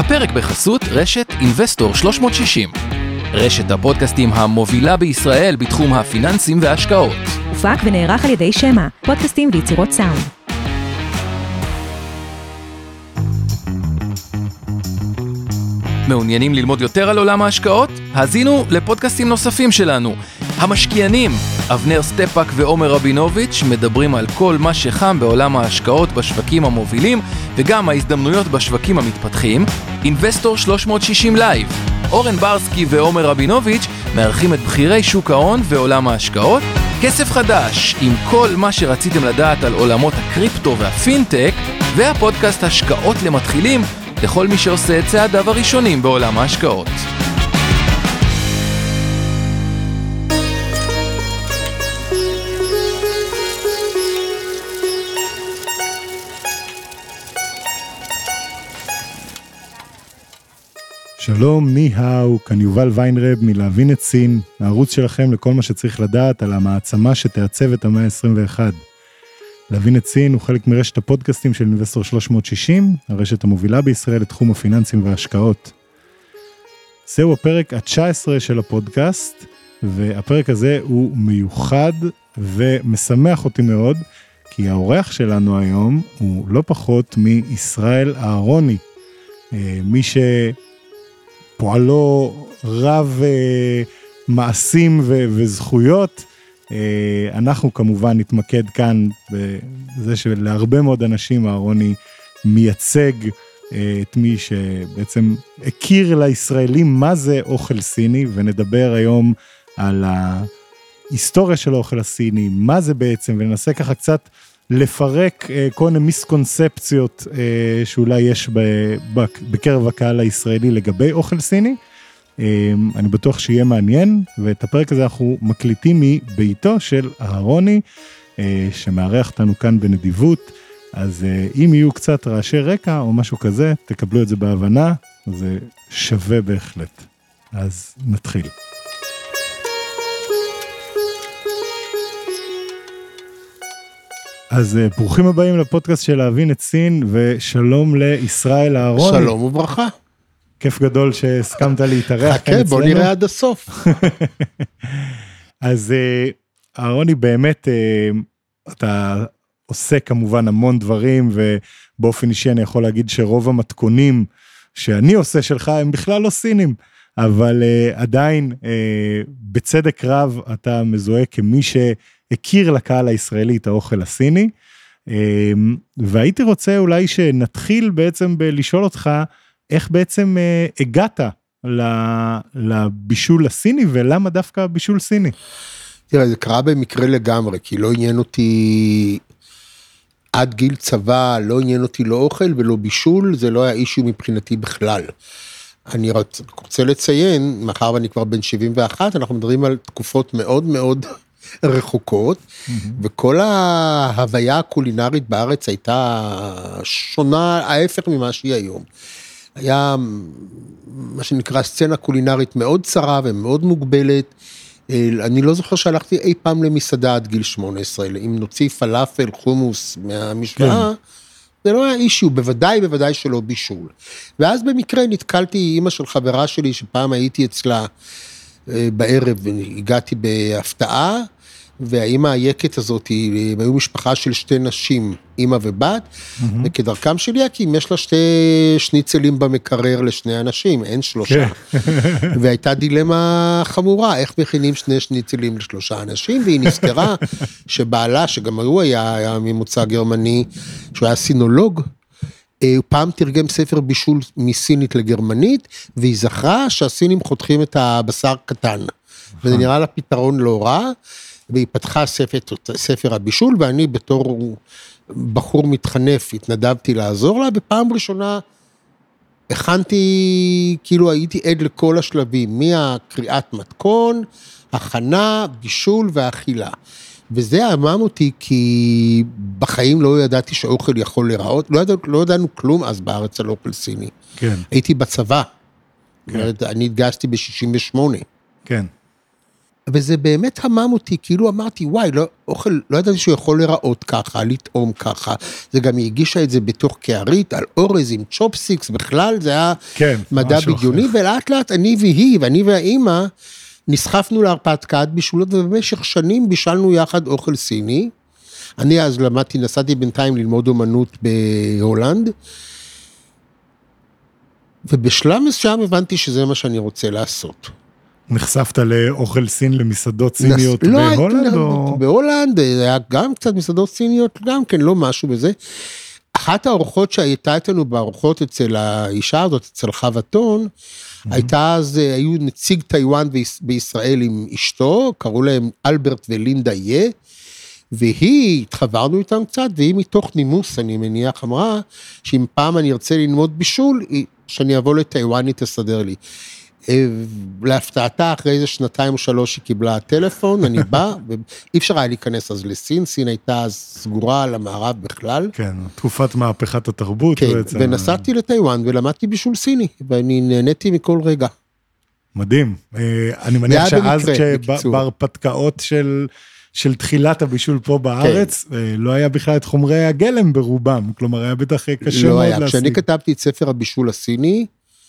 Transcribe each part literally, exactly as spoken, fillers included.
הפרק בחסות רשת אינבסטור שלוש מאות שישים. רשת הפודקאסטים המובילה בישראל בתחום הפיננסים וההשקעות. הופק ונערך על ידי שמה, פודקאסטים ויצירות סאונד. מעוניינים ללמוד יותר על עולם ההשקעות? האזינו לפודקאסטים נוספים שלנו. המשקיענים, אבנר סטפאק ועומר רבינוביץ' מדברים על כל מה שחם בעולם ההשקעות בשווקים המובילים וגם ההזדמנויות בשווקים המתפתחים. אינבסטור שלוש מאות שישים לייב. אורן ברסקי ועומר רבינוביץ' מארחים את בחירי שוק ההון ועולם ההשקעות. כסף חדש עם כל מה שרציתם לדעת על עולמות הקריפטו והפינטק, והפודקאסט השקעות למתחילים לכל מי שעושה את צעדיו הראשונים בעולם ההשקעות. שלום, ניהאו, כאן יובל ויינרב מלהבין את סין, הערוץ שלכם לכל מה שצריך לדעת על המעצמה שתעצב את המאה ה-עשרים ואחת. להבין את סין הוא חלק מרשת הפודקאסטים של אינבסטור שלוש מאות שישים, הרשת המובילה בישראל לתחום הפיננסים וההשקעות. זהו הפרק ה-תשע עשרה של הפודקאסט, והפרק הזה הוא מיוחד ומשמח אותי מאוד, כי האורח שלנו היום הוא לא פחות מישראל אהרוני, מי שפועלו רב מעשים וזכויות. אנחנו כמובן נתמקד כאן בזה שלהרבה מאוד אנשים אהרוני מייצג את מי שבעצם הכיר לישראלים מה זה אוכל סיני, ונדבר היום על ההיסטוריה של האוכל הסיני, מה זה בעצם, וננסה ככה קצת לפרק כל מיני מיסקונספציות שאולי יש בקרב הקהל הישראלי לגבי אוכל סיני. אני בטוח שיהיה מעניין, ואת הפרק הזה אנחנו מקליטים מביתו של אהרוני, שמארח אותנו כאן בנדיבות. אז אם יהיו קצת רעשי רקע או משהו כזה, תקבלו את זה בהבנה, זה שווה בהחלט. אז נתחיל. אז ברוכים הבאים לפודקאסט של להבין את סין, ושלום לישראל אהרוני. שלום וברכה. כיף גדול שהסכמת להתארח. חכה, בוא נראה עד הסוף. אז אהרוני, באמת, אתה עושה כמובן המון דברים, ובאופן אישי אני יכול להגיד שרוב המתכונים שאני עושה שלך, הם בכלל לא סינים, אבל עדיין, בצדק רב, אתה מזוהה כמי שהכיר לקהל הישראלי את האוכל הסיני, והייתי רוצה אולי שנתחיל בעצם בלשאול אותך, איך בעצם אה, הגעת לבישול הסיני, ולמה דווקא בישול סיני? תראה, זה קרה במקרה לגמרי, כי לא עניין אותי עד גיל צבא, לא עניין אותי לא אוכל ולא בישול, זה לא היה אישו מבחינתי בכלל. אני רוצה לציין, מאחר ואני כבר בן שבעים ואחת, אנחנו מדברים על תקופות מאוד מאוד רחוקות, mm-hmm. וכל ההוויה הקולינרית בארץ הייתה שונה, ההפך ממה שהיא היום. היה מה שנקרא סצנה קולינרית מאוד צרה ומאוד מוגבלת. אני לא זוכר שהלכתי אי פעם למסעדה עד גיל שמונה עשרה, אם נוציא פלאפל, חומוס מהמשוואה, כן. זה לא היה אישו, בוודאי, בוודאי שלא בישול. ואז במקרה נתקלתי אמא של חברה שלי, שפעם הייתי אצלה בערב, והגעתי בהפתעה, והאמא היקת הזאת, הם היו משפחה של שתי נשים, אמא ובת, mm-hmm. וכדרכם שלי, כי אם יש לה שתי שניצלים במקרר לשני אנשים, אין שלושה. והייתה דילמה חמורה, איך מכינים שני שניצלים לשלושה אנשים, והיא נזכרה שבעלה, שגם הוא היה, היה ממוצא גרמני, שהוא היה סינולוג, הוא פעם תרגם ספר בישול מסינית לגרמנית, והיא זכרה שהסינים חותכים את הבשר קטן. וזה נראה לה פתרון לא רע, והיא פתחה ספר, ספר הבישול, ואני בתור בחור מתחנף התנדבתי לעזור לה, בפעם ראשונה הכנתי, כאילו הייתי עד לכל השלבים, מהקריאת מתכון, הכנה, בישול ואכילה. וזה אמם אותי, כי בחיים לא ידעתי שאוכל יכול לראות, לא, ידע, לא ידענו כלום אז בארץ על אוכל סיני. כן. הייתי בצבא, כן. אני התגייסתי ב-שישים ושמונה. כן. וזה באמת המם אותי, כאילו אמרתי, וואי, לא, אוכל, לא ידעתי שהוא יכול לראות ככה, לטעום ככה, זה גם היא הגישה את זה בתוך קערית, על אורז עם צ'ופסיקס, בכלל זה היה כן, מדע בדיוני, ולאט לאט אני והיא, ואני והאימא, נסחפנו להרפתקת בישולות, ובמשך שנים בישלנו יחד אוכל סיני, אני אז למדתי, נסעתי בינתיים ללמוד אומנות בהולנד, ובשלב מסוים הבנתי שזה מה שאני רוצה לעשות. נחשפת לאוכל סין, למסעדות סיניות בהולנד? לא, בהולנד, היה גם קצת מסעדות סיניות, גם כן, לא משהו בזה. אחת הארוחות שהייתה איתנו בארוחות אצל האישה הזאת, אצל חוותון, הייתה אז, היו נציג טיואן בישראל עם אשתו, קראו להם אלברט ולינדה יה, והיא, התחברנו איתם קצת, והיא מתוך נימוס, אני מניח, אמרה, שאם פעם אני ארצה ללמוד בישול, שאני אבוא לטיואן, היא תסדר לי. להפתעתה, אחרי איזה שנתיים או שלוש, היא קיבלה הטלפון, אני בא, ואי אפשר היה להיכנס אז לסין, סין הייתה סגורה על המערב בכלל. כן, תקופת מהפכת התרבות. כן, ונסעתי לטיואן, ולמדתי בישול סיני, ואני נהניתי מכל רגע. מדהים. אני מניח שאז בהרפתקאות של... של תחילת הבישול פה בארץ, כן. לא היה בכלל את חומרי הגלם ברובם, כלומר היה בטח קשה לא מאוד היה. להשיג. כשאני כתבתי את ספר הבישול הסיני,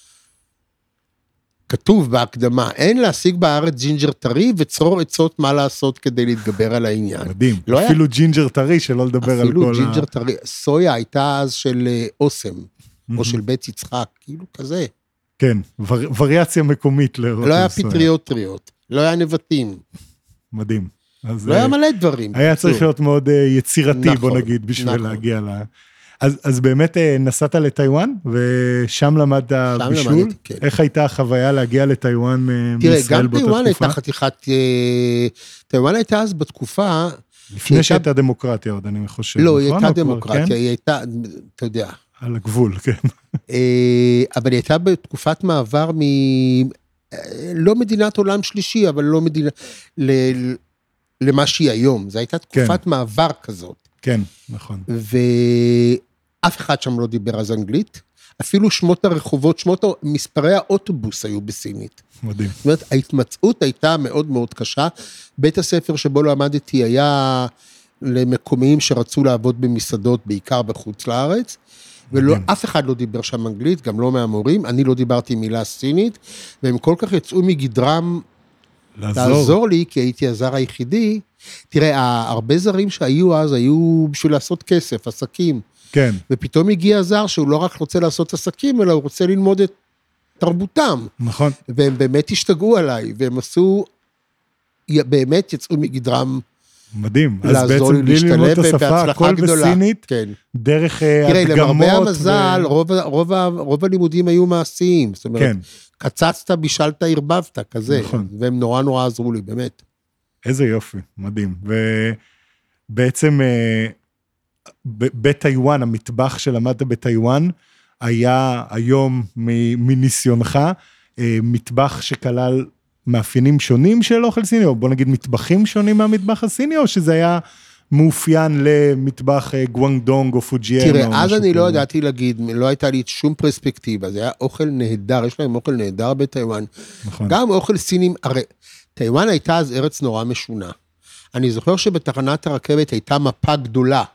כתוב בהקדמה, אין להשיג בארץ ג'ינג'ר טרי, וצרור עצות מה לעשות כדי להתגבר על העניין. מדהים, לא אפילו היה... ג'ינג'ר טרי, שלא לדבר על כל ה... אפילו ג'ינג'ר טרי, סויה הייתה אז של אוסם, mm-hmm. או של בית יצחק, כאילו כזה. כן, ור... וריאציה מקומית לראות. לא היה פטריות טריות, לא היה נבטים. מדהים. אז לא היה מלא דברים. היה צריך להיות מאוד יצירתי, בוא נגיד, בשביל להגיע ל... אז באמת נסעת לטיואן, ושם למדת בישול? איך הייתה החוויה להגיע לטיואן מישראל באותה תקופה? תראה, גם טיואן הייתה חתיכת... טיואן הייתה אז בתקופה... לפני שהייתה דמוקרטיה עוד, אני חושב. לא, היא הייתה דמוקרטיה, היא הייתה, אתה יודע. על הגבול, כן. אבל היא הייתה בתקופת מעבר מ... לא מדינת עולם שלישי, אבל לא מדינה... למה שהיא היום, זו הייתה תקופת מעבר כזאת. כן, נכון. ואף אחד שם לא דיבר אז אנגלית, אפילו שמות הרחובות, שמות מספרי האוטובוס היו בסינית. מדהים. זאת אומרת, ההתמצאות הייתה מאוד מאוד קשה, בית הספר שבו לא עמדתי היה למקומיים שרצו לעבוד במסעדות, בעיקר בחוץ לארץ, ולא, אף אחד לא דיבר שם אנגלית, גם לא מהמורים, אני לא דיברתי מילה סינית, והם כל כך יצאו מגדרם, לעזור. לעזור לי, כי הייתי הזר היחידי. תראה, הרבה זרים שהיו אז, היו בשביל לעשות כסף, עסקים. כן. ופתאום הגיע הזר שהוא לא רק רוצה לעשות עסקים, אלא הוא רוצה ללמוד את תרבותם. נכון. והם באמת השתגעו עליי, והם עשו, באמת יצאו מגדרם. מדהים. אז בעצם בלי ללמוד את השפה, הכל בסינית, כן. דרך תראה, הדגמות. למרבה המזל, ו... רוב, רוב, רוב הלימודים היו מעשיים. זאת אומרת, כן. קצצת, בישלת, הרבבת, כזה. נכון. והם נורא נורא עזרו לי, באמת. איזה יופי, מדהים. ובעצם בטיואן, המטבח שלמדת בטיואן, היה היום מניסיונך, מטבח שכלל מאפיינים שונים של אוכל סיני, או בוא נגיד מטבחים שונים מהמטבח הסיני, או שזה היה מאופיין למטבח גואנגדונג או פוג'יאן? תראה, אז אני לא ידעתי להגיד, לא הייתה לי שום פרספקטיבה, זה היה אוכל נהדר, יש להם אוכל נהדר בטיואן. נכון. גם אוכל סינים, הרי טיואן הייתה אז ארץ נורא משונה. אני זוכר שבתחנת הרכבת הייתה מפה גדולה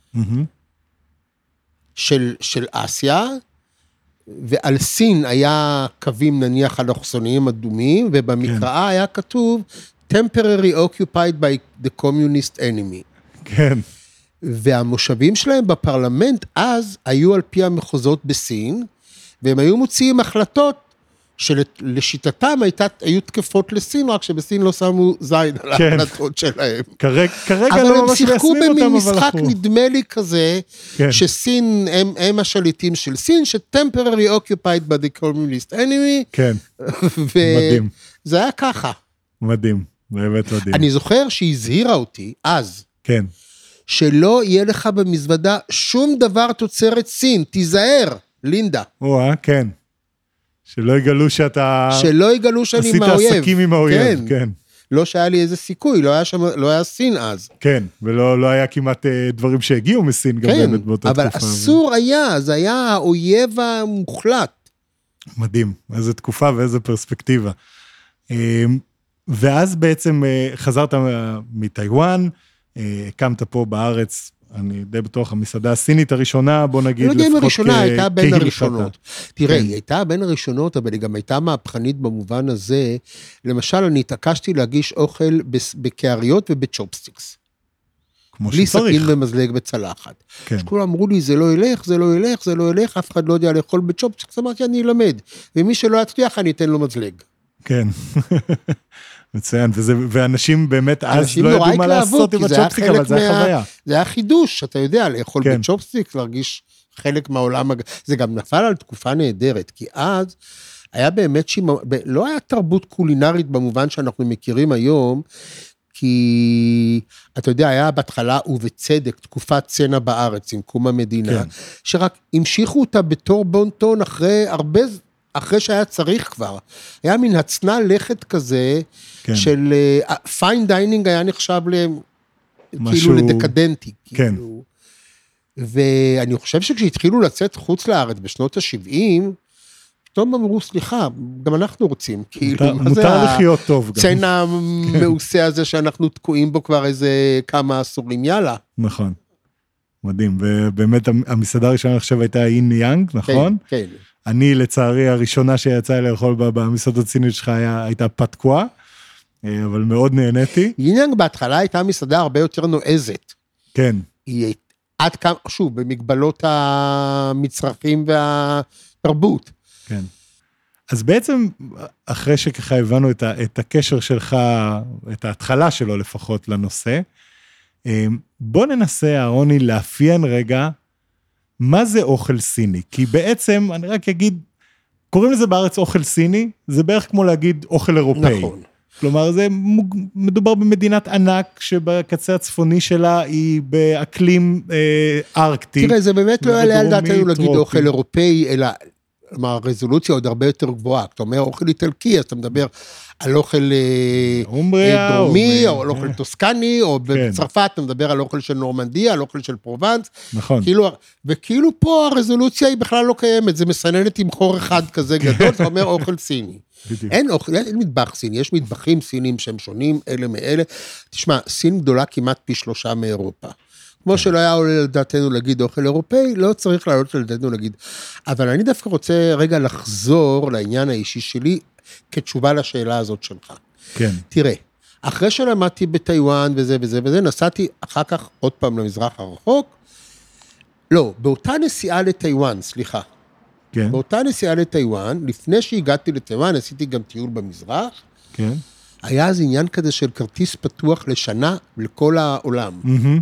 של, של אסיה, ועל סין היה קווים נניח אלכסוניים אדומים, ובמקראה היה כתוב, temporary occupied by the communist enemy. כן. והמושבים שלהם בפרלמנט אז היו על פי המחוזות בסין, והם היו מוציאים החלטות שלשיטתם היו תקפות לסין, רק שבסין לא שמו זין על ההחלטות שלהם. כרגע לא ממש מיישמים אותם, אבל שיחקו במין משחק נדמה לי כזה, שסין הם השליטים של סין, ש-temporary occupied by the communist enemy. כן, מדהים. וזה היה ככה. מדהים, באמת מדהים. אני זוכר שהזהירה אותי, אז, כן. שלא יהיה לך במזוודה שום דבר תוצרת סין, תיזהר, לינדה. או, כן. שלא יגלו שאתה... שלא יגלו שאני עם האויב. עשית עסקים עם האויב, כן. כן. לא שהיה לי איזה סיכוי, לא היה שם, לא היה סין אז. כן, ולא לא היה כמעט דברים שהגיעו מסין גם באמת באותה תקופה. אבל אסור היה, זה היה האויב המוחלט. מדהים, איזה תקופה ואיזה פרספקטיבה. ואז בעצם חזרת מטיואן, הקמת פה בארץ, אני די בטוח, המסעדה הסינית הראשונה, בוא נגיד לפחות כהלכתה. לא יודע אם הראשונה, הייתה בין הראשונות. תראה, היא הייתה בין הראשונות, אבל היא גם הייתה מהפכנית במובן הזה, למשל, אני התעקשתי להגיש אוכל בקעריות ובצ'ופסטיקס. כמו שצריך. בלי סכין ומזלג בצלחת. כן. שכולם אמרו לי, זה לא ילך, זה לא ילך, זה לא ילך, אף אחד לא יודע לאכול בצ'ופסטיקס, אמרתי, אני אלמד. ומי שלא יצליח, אני אתן לו מזלג. כן. מצוין, וזה, ואנשים באמת אז לא ידעו מה לעשות עם הצ'ופסטיק, אבל זה היה חוויה. זה היה חידוש, אתה יודע, לאכול כן. בצ'ופסטיק, להרגיש חלק מהעולם, זה גם נפל על תקופה נהדרת, כי אז היה באמת, שימה, לא היה תרבות קולינרית במובן שאנחנו מכירים היום, כי אתה יודע, היה בהתחלה ובצדק, תקופת צנע בארץ, עם קום המדינה, כן. שרק המשיכו אותה בתור בונטון אחרי הרבה זמן, אחרי שהיה צריך כבר, היה מין הצנע לכת כזה, כן. של פיין דיינינג היה נחשב להם, משהו... כאילו לדקדנטי. כן. כאילו. ואני חושב שכשהתחילו לצאת חוץ לארץ בשנות ה-שבעים, פתאום אמרו, סליחה, גם אנחנו רוצים. מותר, כאילו, מותר לחיות טוב. צנע מעושה הזה שאנחנו תקועים בו כבר איזה כמה עשורים, יאללה. נכון. מדהים, ובאמת המסעדה הראשונה אני חושב הייתה אין יאנג, נכון? כן, כן. אני, לצערי, הראשונה שיצאה לאכול במסעדות סיניות שלך הייתה פתקואה, אבל מאוד נהניתי. יינג בהתחלה הייתה מסעדה הרבה יותר נועזת. כן. היא עד כמה, שוב, במגבלות המצרכים והתרבות. כן. אז בעצם, אחרי שככה הבנו את, ה, את הקשר שלך, את ההתחלה שלו לפחות לנושא, בוא ננסה, אהרוני, לאפיין רגע, מה זה אוכל סיני? כי בעצם, אני רק אגיד, קוראים לזה בארץ אוכל סיני, זה בערך כמו להגיד אוכל אירופאי. נכון. כלומר, זה מדובר במדינת ענק, שבקצה הצפוני שלה היא באקלים אה, ארקטי. תראה, זה באמת לא יעלה על דעתנו להגיד אוכל אירופאי, אלא, כלומר, הרזולוציה עוד הרבה יותר גבוהה. אתה אומר אוכל איטלקי, אז אתה מדבר על אוכל דרומי, או על אוכל טוסקני, או בצרפת אתה מדבר על אוכל של נורמנדיה, על אוכל של פרובנס. נכון. וכאילו פה הרזולוציה היא בכלל לא קיימת, זה מסננת עם חור אחד כזה גדול, אתה אומר אוכל סיני. אין אוכל, אין מטבח סיני, יש מטבחים סינים שהם שונים, אלה מאלה. תשמע, סין גדולה כמעט פי שלושה מאירופה. כמו שלא היה עולה לדעתנו להגיד אוכל אירופאי, לא צריך לעלות לדעתנו להגיד. אבל אני דווקא רוצה רגע לחזור לעניין האישי שלי, כתשובה לשאלה הזאת שלך. כן. תראה, אחרי שלמדתי בטיואן וזה וזה וזה, נסעתי אחר כך עוד פעם למזרח הרחוק, לא, באותה נסיעה לטיואן, סליחה. כן. באותה נסיעה לטיואן, לפני שהגעתי לטיואן, עשיתי גם טיול במזרח, כן. היה אז עניין כזה של כרטיס פתוח לשנה לכל העולם. Mm-hmm.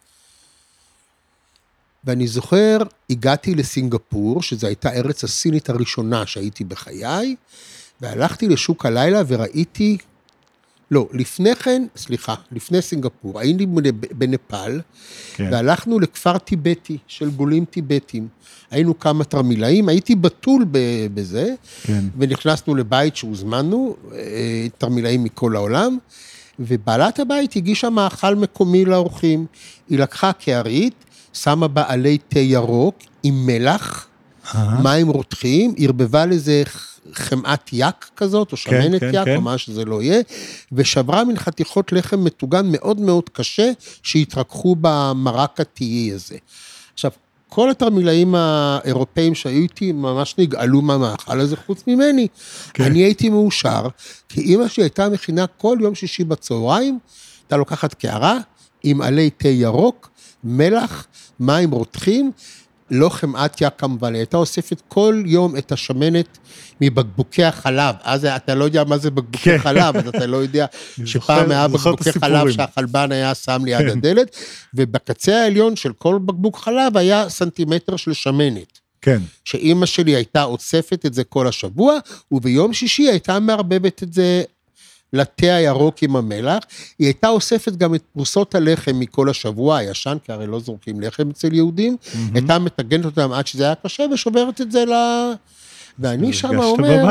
ואני זוכר, הגעתי לסינגפור, שזו הייתה ארץ הסינית הראשונה שהייתי בחיי, והלכתי לשוק הלילה וראיתי, לא, לפני כן, סליחה, לפני סינגפור, הייתי בנפל, כן. והלכנו לכפר טיבטי, של גולים טיבטים. היינו כמה תרמילאים, הייתי בטול בזה, כן. ונכנסנו לבית שהוזמנו, תרמילאים מכל העולם, ובעלת הבית הגישה מאכל מקומי לאורחים. היא לקחה קערית, שמה בה עלי תה ירוק, עם מלח, מים רותחים, ערבבה לזה חמאת יק כזאת, או שמנת כן, יק, כן. או מה שזה לא יהיה, ושברה מן חתיכות לחם מטוגן מאוד מאוד קשה, שהתרככו במרק התיעי הזה. עכשיו, כל התרמילאים האירופאים שהיו איתי, ממש נגעלו מהמאכל הזה חוץ ממני. כן. אני הייתי מאושר, כי אמא שלי הייתה מכינה כל יום שישי בצהריים, הייתה לוקחת קערה, עם עלי תה ירוק, מלח, מים רותחים, לא חמאת yak כמובן, הייתה אוספת כל יום את השמנת מבקבוקי החלב, אז אתה לא יודע מה זה בקבוקי חלב, אז אתה לא יודע שפעם היה בקבוקי חלב שהחלבן היה שם ליד הדלת, ובקצה העליון של כל בקבוק חלב היה סנטימטר של שמנת. כן. שאימא שלי הייתה אוספת את זה כל השבוע, וביום שישי הייתה מערבבת את זה לתה הירוק עם המלח, היא הייתה אוספת גם את פרוסות הלחם מכל השבוע הישן, כי הרי לא זורקים לחם אצל יהודים, mm-hmm. הייתה מתגנת אותם עד שזה היה קשה, ושוברת את זה ל... ואני שם אומר,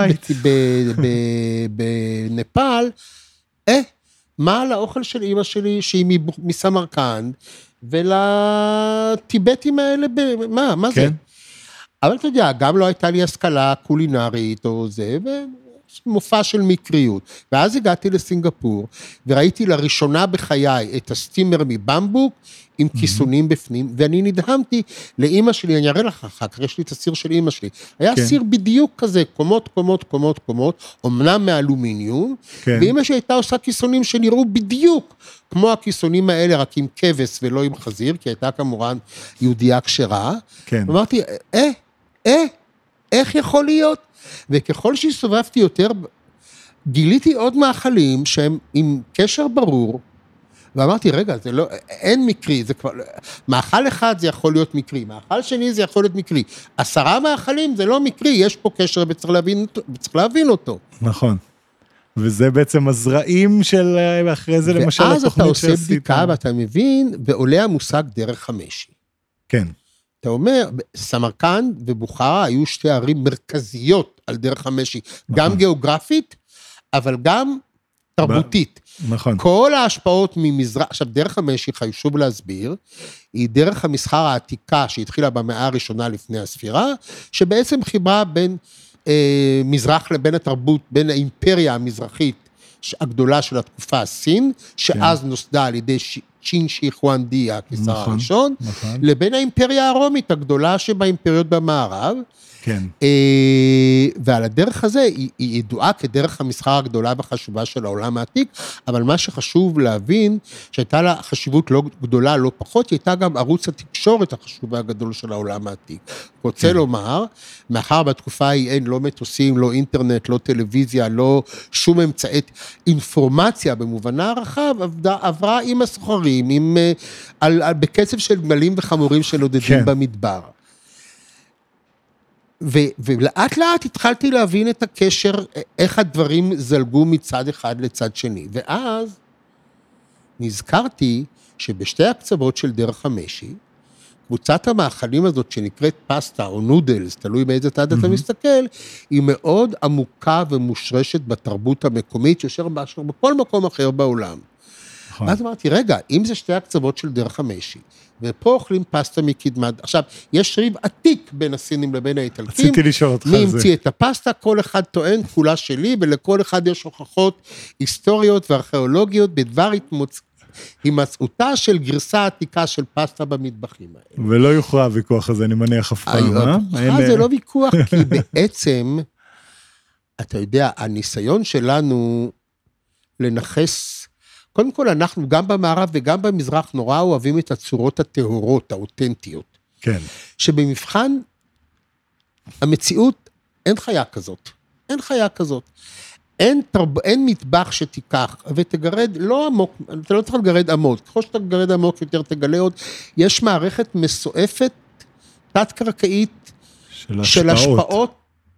בנפל, אה, מה על האוכל של אמא שלי, שהיא מסמרקנד, ולטיבטים האלה, מה, מה זה? אבל אתה יודע, גם לא הייתה לי השכלה קולינרית או זה, ו... מופע של מקריות. ואז הגעתי לסינגפור, וראיתי לראשונה בחיי את הסטימר מבמבוק, עם כיסונים בפנים, ואני נדהמתי לאמא שלי, אני אראה לך אחר כך, יש לי את הסיר של אמא שלי, היה כן. סיר בדיוק כזה, קומות, קומות, קומות, קומות, אמנם מאלומיניום, כן. ואמא שלי הייתה עושה כיסונים שנראו בדיוק, כמו הכיסונים האלה, רק עם כבש ולא עם חזיר, כי הייתה כמובן יהודייה כשרה, כן. ואמרתי, אה, אה, איך יכול להיות? וככל שהסתובבתי יותר, גיליתי עוד מאכלים שהם עם קשר ברור, ואמרתי, רגע, זה לא, אין מקרי, זה כבר, מאכל אחד זה יכול להיות מקרי, מאכל שני זה יכול להיות מקרי, עשרה מאכלים זה לא מקרי, יש פה קשר וצריך להבין, וצריך להבין אותו. נכון. וזה בעצם הזרעים של, אחרי זה למשל ואז אתה התוכנית עושה שעשית. בדיקה ואתה מבין, ועולה המושג דרך המשי. כן. אתה אומר, סמרקנד ובוכרה היו שתי ערים מרכזיות על דרך המשי, גם גיאוגרפית, אבל גם תרבותית. נכון. כל ההשפעות ממזרח, עכשיו דרך המשי, חשוב להסביר, היא דרך המסחר העתיקה שהתחילה במאה הראשונה לפני הספירה, שבעצם חיברה בין אה, מזרח לבין התרבות, בין האימפריה המזרחית הגדולה של התקופה הסין, שאז כן. נוסדה על ידי ש... צ'ין שי חואנדי, הקיסר נכון, הראשון, נכון. לבין האימפריה הרומית הגדולה שבאימפריות במערב, כן. ועל הדרך הזה היא, היא ידועה כדרך המסחר הגדולה והחשובה של העולם העתיק, אבל מה שחשוב להבין, שהייתה לה חשיבות לא גדולה, לא פחות, היא הייתה גם ערוץ התקשורת החשוב והגדול של העולם העתיק. רוצה כן. לומר, מאחר בתקופה היא אין לא מטוסים, לא אינטרנט, לא טלוויזיה, לא שום אמצעית אינפורמציה במובנה הרחב, עבדה, עברה עם הסוחרים, עם, על, על, בקצב של גמלים וחמורים שנודדים כן. במדבר. ו, ולאט לאט התחלתי להבין את הקשר, איך הדברים זלגו מצד אחד לצד שני. ואז נזכרתי שבשתי הקצוות של דרך המשי, קבוצת המאכלים הזאת שנקראת פסטה או נודלס, תלוי באיזה צד אתה מסתכל, היא מאוד עמוקה ומושרשת בתרבות המקומית, יושב בכל מקום אחר בעולם. אז אמרתי, רגע, אם זה שתי הקצוות של דרך המשי, ופה אוכלים פסטה מקדמת, עכשיו, יש ריב עתיק בין הסינים לבין האיטלקים, רציתי לשאול אותך על זה. מי המציא את הפסטה, כל אחד טוען, כולה שלי, ולכל אחד יש הוכחות היסטוריות וארכיאולוגיות, בדבר הימצאותה של גרסה עתיקה של פסטה במטבחים האלה. ולא יוכרע הוויכוח הזה, אני מניח אף פעם, אה? זה לא ויכוח, כי בעצם, אתה יודע, הניסיון שלנו לנחס, קודם כל, אנחנו גם במערב וגם במזרח נורא אוהבים את הצורות הטהורות, האותנטיות. כן. שבמבחן המציאות, אין חיה כזאת. אין חיה כזאת. אין, תרב, אין מטבח שתיקח ותגרד, לא עמוק, אתה לא צריך לגרד עמוק. ככל שאתה תגרד עמוק יותר, תגלה עוד. יש מערכת מסועפת, תת-קרקעית, של, של השפעות,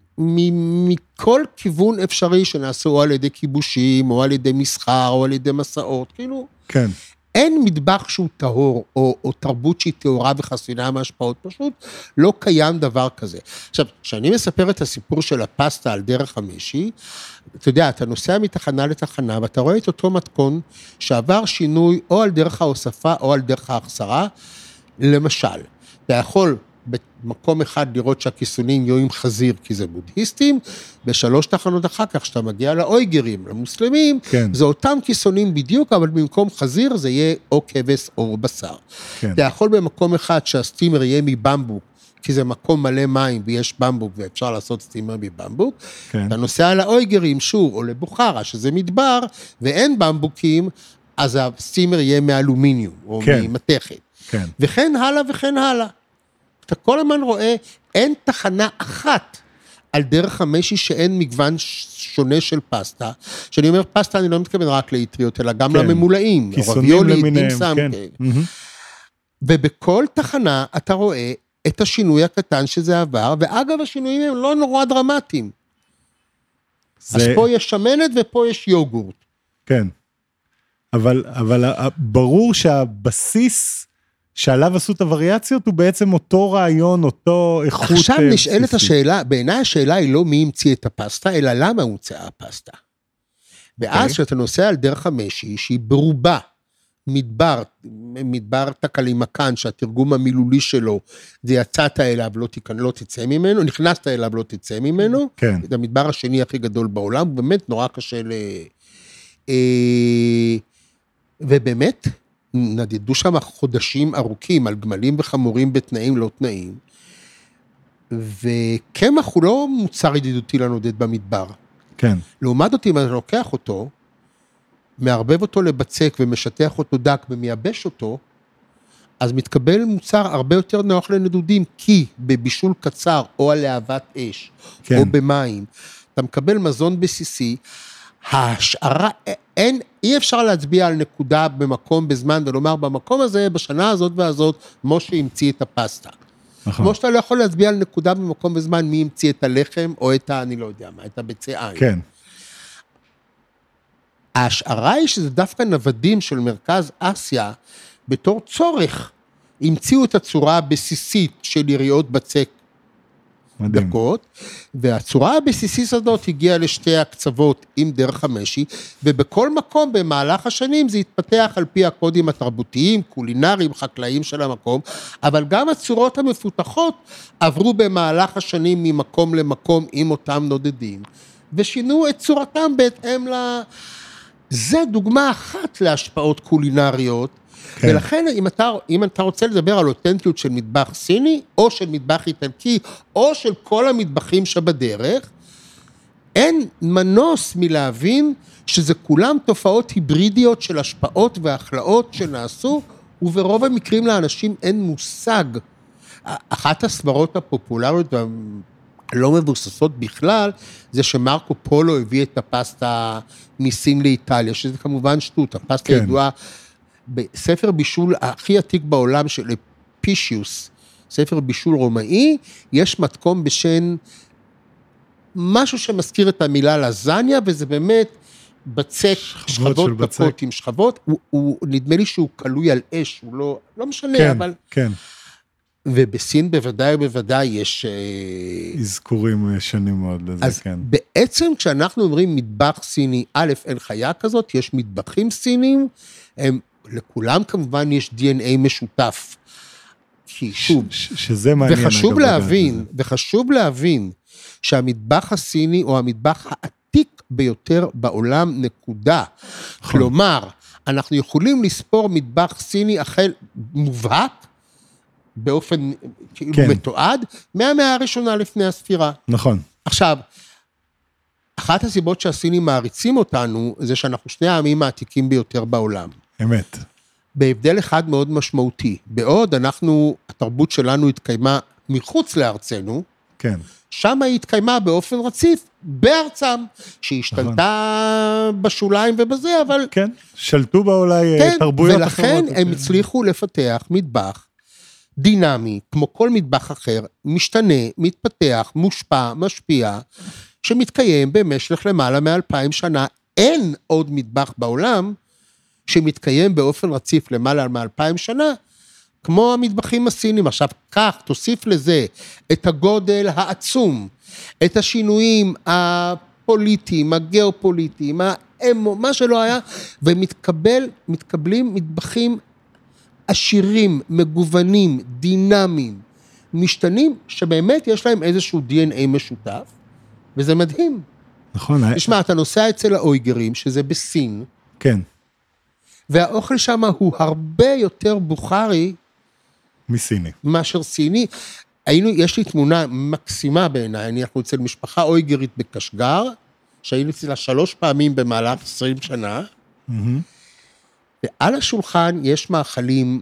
מכל כיוון אפשרי שנעשו או על ידי כיבושים, או על ידי מסחר, או על ידי מסעות, כאילו, כן. אין מטבח שהוא טהור, או, או תרבות שהיא טהורה וחסינה מהשפעות, פשוט לא קיים דבר כזה. עכשיו, כשאני מספר את הסיפור של הפסטה על דרך המשי, אתה יודע, אתה נוסע מתחנה לתחנה, ואתה רואה את אותו מתכון, שעבר שינוי או על דרך ההוספה, או על דרך ההחסרה, למשל, אתה יכול במקום אחד לראות שהכיסונים יהיו עם חזיר, כי זה בודהיסטים, בשלוש תחנות אחר כך, שאתה מגיע לאויגרים, למוסלמים, כן. זה אותם כיסונים בדיוק, אבל במקום חזיר זה יהיה או כבש או בשר. כן. אתה יכול במקום אחד שהסטימר יהיה מבמבוק, כי זה מקום מלא מים ויש במבוק, ואפשר לעשות סטימר מבמבוק, כן. אתה נוסע לאויגרים שוב, או לבוכרה, שזה מדבר, ואין במבוקים, אז הסטימר יהיה מאלומיניום, או כן. ממתכת. כן. וכן הלאה וכן הלאה. אתה כל הזמן רואה, אין תחנה אחת על דרך המשי שאין מגוון שונה של פסטה, שאני אומר פסטה, אני לא מתכוון רק לאטריות, אלא גם כן. לממולאים, כיסונים למיניהם, כן. Mm-hmm. ובכל תחנה אתה רואה את השינוי הקטן שזה עבר, ואגב השינויים הם לא נורא דרמטיים. זה... אז פה יש שמנת ופה יש יוגורט. כן, אבל, אבל ברור שהבסיס שעליו עשו את הווריאציות, הוא בעצם אותו רעיון, אותו איכות בסיסית. עכשיו נשאלת השאלה, בעיניי השאלה היא לא מי המציא את הפסטה, אלא למה הומצאה הפסטה. ואז שאתה נוסע על דרך המשי, שהיא ברובה מדבר, מדבר תקלימקן, שהתרגום המילולי שלו, זה יצאת אליו, לא, תיכנ, לא תצא ממנו, נכנסת אליו, לא תצא ממנו, כן. זה המדבר השני הכי גדול בעולם, הוא באמת נורא קשה ל... ובאמת, נדדו שם חודשים ארוכים, על גמלים וחמורים בתנאים לא תנאים, וקמח הוא לא מוצר ידידותי לנודד במדבר. כן. לעומת אותי, אם אני לוקח אותו, מערבב אותו לבצק ומשטח אותו דק ומייבש אותו, אז מתקבל מוצר הרבה יותר נוח לנדודים, כי בבישול קצר או על להבת אש, כן. או במים, אתה מקבל מזון בסיסי, ההשערה, אין, אי אפשר להצביע על נקודה במקום בזמן, ולומר במקום הזה, בשנה הזאת והזאת, משה המציא את הפסטה. נכון. כמו שאתה לא יכול להצביע על נקודה במקום בזמן, מי המציא את הלחם, או את ה, אני לא יודע מה, את הביצי עין. כן. ההשערה היא שזה דווקא נוודים של מרכז אסיה, בתור צורך, המציאו את הצורה הבסיסית של יריעות בצק מדהים. דקות, והצורה הבסיסית הזאת הגיעה לשתי הקצוות עם דרך המשי, ובכל מקום במהלך השנים זה התפתח על פי הקודים התרבותיים, קולינריים, חקלאיים של המקום, אבל גם הצורות המפותחות עברו במהלך השנים ממקום למקום עם אותם נודדים, ושינו את צורתם בהתאם ל... זה דוגמה אחת להשפעות קולינריות, כן. ולכן אם אתה, אם אתה רוצה לדבר על אותנטיות של מטבח סיני, או של מטבח איטלקי, או של כל המטבחים שבדרך, אין מנוס מלהבין שזה כולם תופעות היברידיות של השפעות והחלאות שנעשו, וברוב המקרים לאנשים אין מושג. אחת הסברות הפופולריות לא מבוססות בכלל, זה שמרקו פולו הביא את הפסטה מסין לאיטליה, שזה כמובן שטות, הפסטה כן. ידועה, בספר בישול הכי עתיק בעולם של פישיוס, ספר בישול רומאי, יש מתכון בשן, משהו שמזכיר את המילה לזניה, וזה באמת בצק, שכבות דקות עם שכבות, הוא, הוא, נדמה לי שהוא קלוי על אש, הוא לא, לא משנה, כן, אבל... כן. ובסין בוודאי ובוודאי יש... אזכורים שנים מאוד לזה, אז כן. בעצם כשאנחנו אומרים מטבח סיני, א', אין חיה כזאת, יש מטבחים סינים, הם, לכולם כמובן יש די אן איי משותף. כי שוב, ש- שזה מעניין. וחשוב להבין, וחשוב להבין, שהמטבח הסיני הוא המטבח העתיק ביותר בעולם, נקודה. כלומר, אנחנו יכולים לספור מטבח סיני החל מובהק, באופן כאילו כן. מתועד, מהמאה הראשונה לפני הספירה. נכון. עכשיו, אחת הסיבות שהסינים מעריצים אותנו, זה שאנחנו שני העמים העתיקים ביותר בעולם. אמת. בהבדל אחד מאוד משמעותי. בעוד אנחנו, התרבות שלנו התקיימה מחוץ לארצנו, כן. שם היא התקיימה באופן רציף, בארצם, שהשתלטה נכון. בשוליים ובזה, אבל... כן, שלטו בה אולי כן, תרבויות ולכן אחרות. ולכן הם כן. הצליחו לפתח מטבח, דינמי, כמו כל מטבח אחר, משתנה, מתפתח, מושפע, משפיע, שמתקיים במשך למעלה מאלפיים שנה. אין עוד מטבח בעולם שמתקיים באופן רציף למעלה מאלפיים שנה, כמו המטבחים הסינים. עכשיו, כך, תוסיף לזה את הגודל העצום, את השינויים הפוליטיים, הגיאופוליטיים, האמו, מה שלא היה, ומתקבל, מתקבלים מטבחים עשירים, מגוונים, דינמיים, משתנים, שבאמת יש להם איזשהו די אן איי משותף, וזה מדהים. נכון. תשמע, אתה נוסע אצל האויגרים, שזה בסין, כן. והאוכל שם הוא הרבה יותר בוכרי, מסיני. מאשר סיני. היינו, יש לי תמונה מקסימה בעיניי, אני אנחנו אצל משפחה אויגרית בקשגר, שהיינו אצלה שלוש פעמים במהלך עשרים שנה, mm-hmm. ועל השולחן יש מאכלים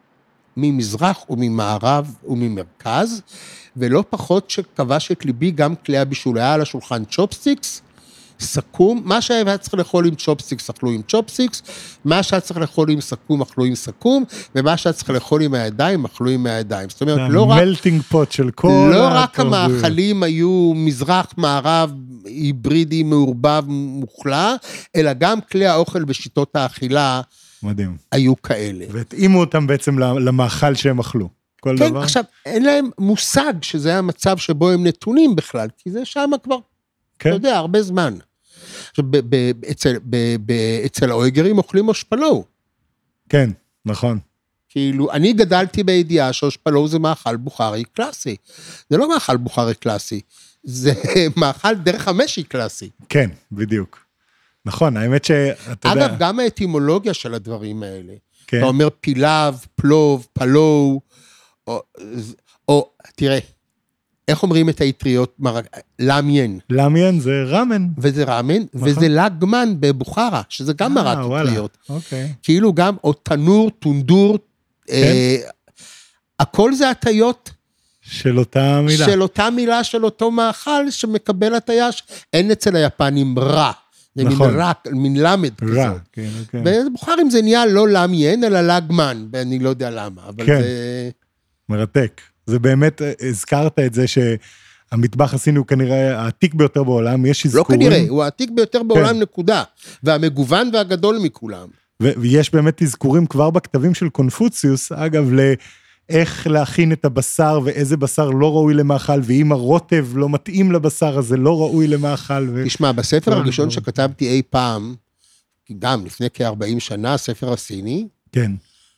ממזרח וממערב וממרכז, ולא פחות שכבש את ליבי גם כלי הבישול. היה על השולחן צ'ופסטיקס, סכום, מה שהיה צריך לאכול עם צ'ופסטיקס, אכלו עם צ'ופסטיקס, מה שהיה צריך לאכול עם סכום, אכלו עם סכום, ומה שהיה צריך לאכול עם הידיים, אכלו עם הידיים. זאת אומרת, לא רק... מלטינג פוט של כל... לא רק המאכלים היו מזרח, מערב, היברידי, מעורבב, מוכלה, אלא גם כלי האוכל ושיטות האכילה, מדהים. היו כאלה. והתאימו אותם בעצם למאכל שהם אכלו. כל כן, דבר. עכשיו, אין להם מושג שזה המצב שבו הם נתונים בכלל, כי זה שם כבר, כן. אתה יודע, הרבה זמן. עכשיו, ב- ב- אצל, ב- ב- אצל האויגרים אוכלים אושפלו. כן, נכון. כאילו, אני גדלתי בידיעה שוש פלו זה מאכל בוכרי קלאסי. זה לא מאכל בוכרי קלאסי, זה מאכל דרך המשי קלאסי. כן, בדיוק. נכון, האמת שאתה יודע... אגב, גם האטימולוגיה של הדברים האלה. כן. אתה אומר פילב, פלוב, פלו, או, או תראה, איך אומרים את האטריות? מרק, למיין. למיין זה רמן. וזה רמן, נכון. וזה לגמן בבוכרה, שזה גם מרק אטריות. אוקיי. כאילו גם, או תנור, טונדור, כן. אה, הכל זה הטיות. של אותה מילה. של אותה מילה, של אותו מאכל, שמקבל הטייש. אין אצל היפנים רע. זה נכון. מין רק, מין למד כזאת. רע, כן, כן. ובוכרים זה נהיה לא למיין, אלא לגמן, ואני לא יודע למה, אבל כן. זה... מרתק. זה באמת, הזכרת את זה שהמטבח הסיני הוא כנראה העתיק ביותר בעולם, יש אזכורים... לא כנראה, הוא העתיק ביותר בעולם כן. נקודה, והמגוון והגדול מכולם. ו- ויש באמת אזכורים כבר בכתבים של קונפוציוס, אגב, לאיך להכין את הבשר, ואיזה בשר לא ראוי למאכל, ואם הרוטב לא מתאים לבשר, אז זה לא ראוי למאכל. ו... תשמע, בספר הראשון שכתבתי אי פעם, גם לפני כ-ארבעים שנה, הספר הסיני, כן.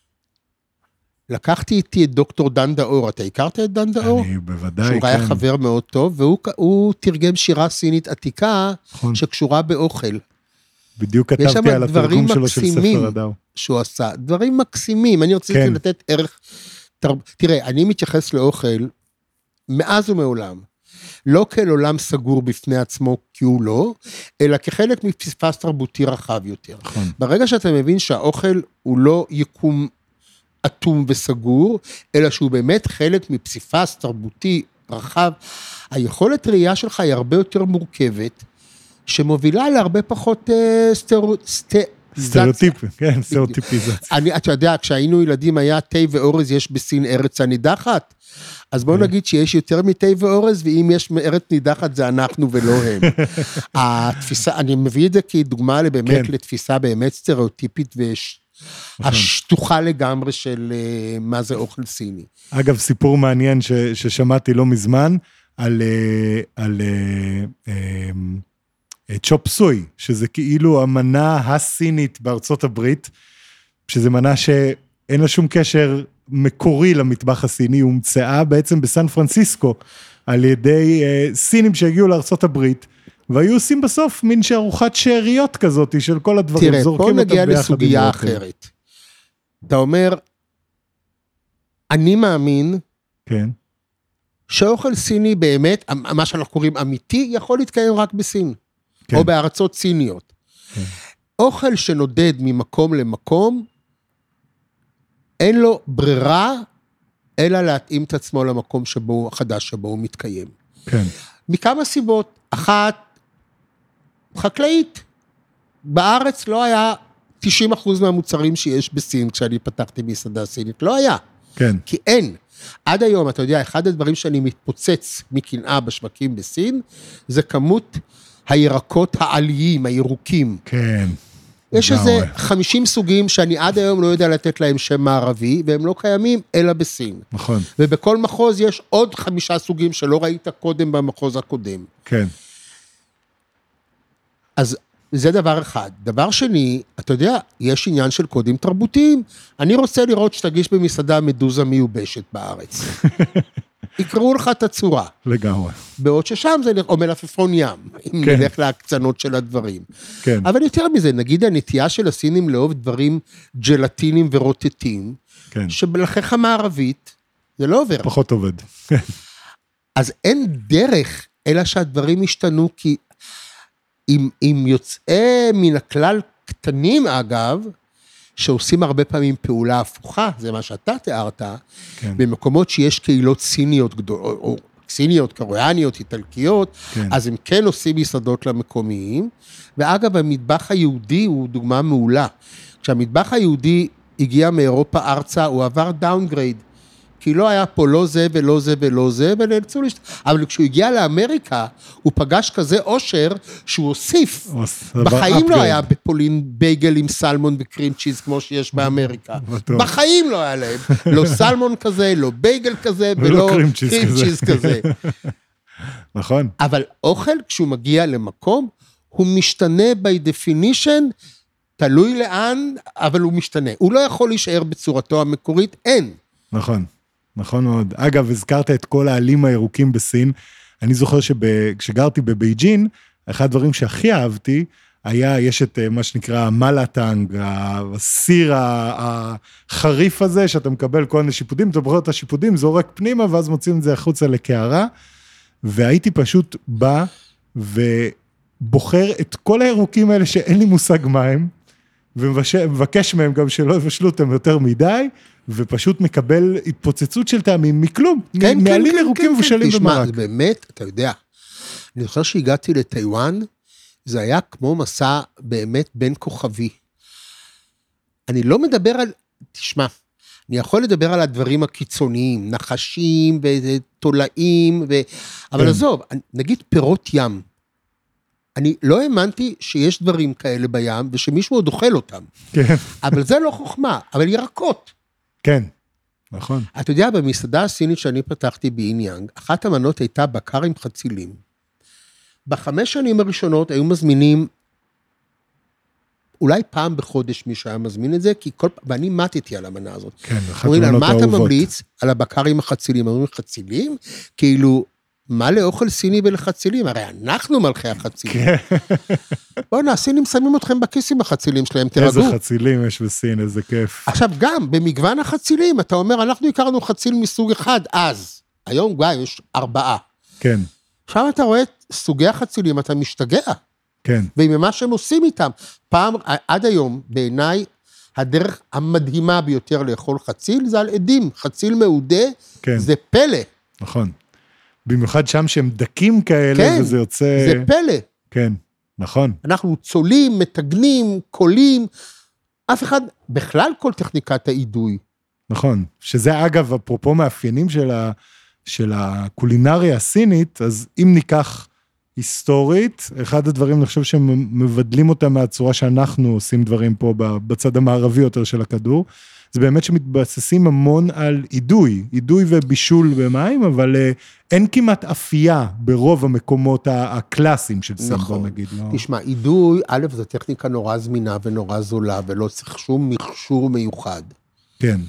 לקחתי איתי את דוקטור דן דאור, אתה הכרת את דן דאור? אני בוודאי, שהוא כן. היה חבר מאוד טוב, והוא תרגם שירה סינית עתיקה, נכון. שקשורה באוכל. בדיוק כתבתי על התרגום שלו של ספר הדאו. שהוא עשה, דברים מקסימים, אני רציתי כן. לתת ערך, תר... תראה, אני מתייחס לאוכל, מאז ומעולם, לא כאל עולם סגור בפני עצמו, כי הוא לא, אלא כחלק מפספס תרבותי רחב יותר. נכון. ברגע שאתה מבין שהאוכל הוא לא יקום אטום וסגור, אלא שהוא באמת חלק מפסיפס תרבותי רחב, היכולת ראייה שלך היא הרבה יותר מורכבת, שמובילה להרבה פחות אה, סטר... סטר... סטריאוטיפ, כן, סטריאוטיפיזציה. אני, אתה יודע, כשהיינו ילדים היה תה ואורז, יש בסין ארץ הנידחת, אז בואו נגיד שיש יותר מתה ואורז, ואם יש ארץ נידחת זה אנחנו ולא הם. התפיסה, אני מביא את זה כדוגמה באמת לתפיסה באמת סטריאוטיפית וש... השטוחה לגמרי של uh, מה זה אוכל סיני. אגב, סיפור מעניין ש, ששמעתי לא מזמן, על, uh, על uh, uh, צ'ופ סוי, שזה כאילו המנה הסינית בארצות הברית, שזה מנה שאין לה שום קשר מקורי למטבח הסיני, הומצאה בעצם בסן פרנסיסקו, על ידי uh, סינים שהגיעו לארצות הברית, והיו עושים בסוף מין שארוחת שאריות כזאת של כל הדברים, תראה, פה נגיע לסוגיה אחרת. אתה אומר, אני מאמין, כן. שאוכל סיני באמת, מה שאנחנו קוראים אמיתי, יכול להתקיים רק בסין, כן. או בארצות סיניות. כן. אוכל שנודד ממקום למקום, אין לו ברירה, אלא להתאים את עצמו למקום שבו, החדש שבו הוא מתקיים. כן. מכמה סיבות, אחת, חקלאית, בארץ לא היה תשעים אחוז מהמוצרים שיש בסין, כשאני פתחתי מסעדה סינית, לא היה. כן. כי אין. עד היום, אתה יודע, אחד הדברים שאני מתפוצץ מקנאה בשווקים בסין, זה כמות הירקות העליים, הירוקים. כן. יש איזה חמישים סוגים שאני עד היום לא יודע לתת להם שם מערבי, והם לא קיימים אלא בסין. נכון. ובכל מחוז יש עוד חמישה סוגים שלא ראית קודם במחוז הקודם. כן. אז זה דבר אחד. דבר שני, אתה יודע, יש עניין של קודים תרבותיים. אני רוצה לראות שתגיש במסעדה מדוזה מיובשת בארץ. יקראו לך את הצורה. לגמרי. בעוד ששם זה, או מלפפון ים, אם כן. נלך להקצנות של הדברים. כן. אבל יותר מזה, נגיד הנטייה של הסינים לאהוב דברים ג'לטינים ורוטטים, כן. שבלחיך מערבית, זה לא עובר. פחות עובד. אז אין דרך, אלא שהדברים השתנו, כי אם, אם יוצאי מן הכלל קטנים, אגב, שעושים הרבה פעמים פעולה הפוכה, זה מה שאתה תיארת, כן. במקומות שיש קהילות סיניות גדולות, או סיניות, קוריאניות, איטלקיות, כן. אז הם כן עושים מסעדות למקומיים, ואגב, המטבח היהודי הוא דוגמה מעולה. כשהמטבח היהודי הגיע מאירופה ארצה, הוא עבר דאונגרייד, כי לא היה פה לא זה ולא זה ולא זה, ונאלצו לשת... אבל כשהוא הגיע לאמריקה, הוא פגש כזה עושר, שהוא הוסיף. בחיים לא היה בפולין בייגל עם סלמון וקרים צ'יז, כמו שיש באמריקה. בחיים לא היה להם. לא סלמון כזה, לא בייגל כזה, ולא קרים צ'יז כזה. נכון. אבל אוכל, כשהוא מגיע למקום, הוא משתנה by definition, תלוי לאן, אבל הוא משתנה. הוא לא יכול להישאר בצורתו המקורית, אין. נכון, נכון מאוד. אגב, הזכרת את כל העלים הירוקים בסין, אני זוכר שכשגרתי בבייג'ין, אחד הדברים שהכי אהבתי, היה, יש את מה שנקרא מלאטנג, הסיר החריף הזה, שאתה מקבל כל מיני שיפודים, אתה בוחר את השיפודים, זורק פנימה, ואז מוצאים את זה החוצה לקערה, והייתי פשוט בא, ובוחר את כל הירוקים האלה, שאין לי מושג מה הם, ומבקש מהם גם שלא יבשלו אותם יותר מדי, ופשוט מקבל התפוצצות של טעמים מכלום, כן, מעלים כן, ירוקים כן, ובשלים כן, במרק. תשמע, זה באמת, אתה יודע, אני זוכר שהגעתי לטיואן, זה היה כמו מסע באמת בין כוכבי. אני לא מדבר על, תשמע, אני יכול לדבר על הדברים הקיצוניים, נחשים ותולעים, ו... אבל כן. עזוב, נגיד פירות ים. אני לא האמנתי שיש דברים כאלה בים, ושמישהו עוד אוכל אותם. כן. אבל זה לא חוכמה, אבל ירקות. כן, נכון. אתה יודע, במסעדה הסינית שאני פתחתי באין יאנג, אחת המנות הייתה בקר עם חצילים. בחמש שנים הראשונות היו מזמינים, אולי פעם בחודש מי שהיה מזמין את זה, כי כל פעם, ואני מתתי על המנה הזאת. כן, אחת אומרים, על המנות מה אתה האהובות. ממליץ? על הבקר עם החצילים. אומרים, חצילים? כאילו, מה לאוכל סיני ולחצילים? הרי אנחנו מלכי החצילים. בואו, הסינים שמים אתכם בכיס עם החצילים שלהם, תרגעו. איזה חצילים יש בסין, איזה כיף. עכשיו, גם במגוון החצילים, אתה אומר, אנחנו הכרנו חציל מסוג אחד, אז. היום, גיא, יש ארבעה. כן, עכשיו אתה רואה את סוגי החצילים, אתה משתגע. כן. ועם מה שהם עושים איתם. פעם, עד היום, בעיניי, הדרך המדהימה ביותר לאכול חציל, זה על עדים. חציל מעודה, כן. זה פלא. נכון. במיוחד שם שהם דקים כאלה, כן, וזה יוצא... זה פלא. כן, נכון. אנחנו צולים, מתגנים, קולים, אף אחד, בכלל כל טכניקת האידוי. נכון. שזה אגב, אפרופו מאפיינים של, ה, של הקולינריה הסינית, אז אם ניקח היסטורית, אחד הדברים, אני חושב שמבדלים אותם מהצורה שאנחנו עושים דברים פה בצד המערבי יותר של הכדור, זה באמת שמתבססים המון על אידוי, אידוי ובישול במים, אבל אין כמעט אפייה ברוב המקומות הקלאסיים של סין, נכון. בוא נגיד. לא... תשמע, אידוי, א', זו טכניקה נורא זמינה ונורא זולה, ולא צריך שום מכשור מיוחד. כן.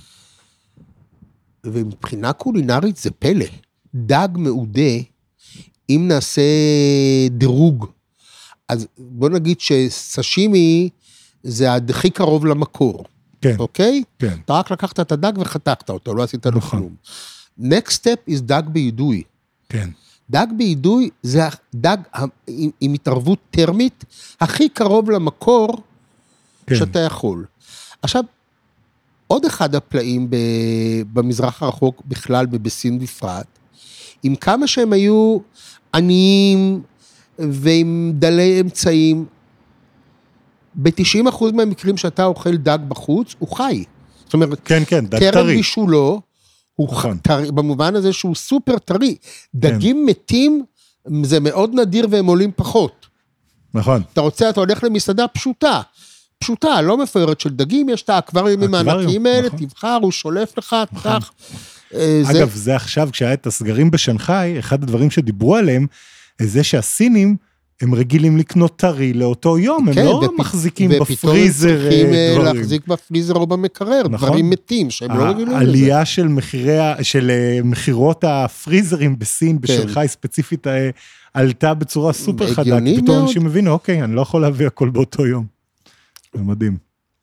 ומבחינה קולינרית זה פלא. דג מעודה, אם נעשה דירוג, אז בוא נגיד שסשימי זה הכי קרוב למקור. כן. אוקיי? כן. אתה רק לקחת את הדג וחתכת אותו, לא עשית לו נכון. כלום. Next step is דג באידוי. כן. דג באידוי זה דג עם, עם התערבות טרמית הכי קרוב למקור כן. שאתה יכול. עכשיו, עוד אחד הפלאים במזרח הרחוק בכלל ובסין בפרט, עם כמה שהם היו עניים ועם דלי אמצעים, ב-תשעים אחוז מהמקרים שאתה אוכל דג בחוץ, הוא חי. זאת אומרת, כן, כן, דג טרם טרי. בישולו, הוא נכון. טרי, במובן הזה שהוא סופר טרי. דגים מתים, זה מאוד נדיר והם עולים פחות. נכון. אתה רוצה, אתה הולך למסעדה פשוטה, פשוטה, לא מפוארת של דגים, יש את האקווריומים הענקיים האלה, נכון. תבחר, הוא שולף לך, תח. אגב, זה עכשיו, כשהיה את הסגרים בשנגחאי, אחד הדברים שדיברו עליהם, זה שהסינים, הם רגילים לקנות טרי לאותו יום, הם לא מחזיקים בפריזר דברים. ופתאום הם צריכים דברים. להחזיק בפריזר או במקרר, דברים מתים, שהם לא רגילים לזה. העלייה של מחירות הפריזרים בסין, בשנגחאי ספציפית, עלתה בצורה סופר חדה, כי פתאום אנשים מבינו, אוקיי, אני לא יכול להביא הכל באותו יום. זה מדהים.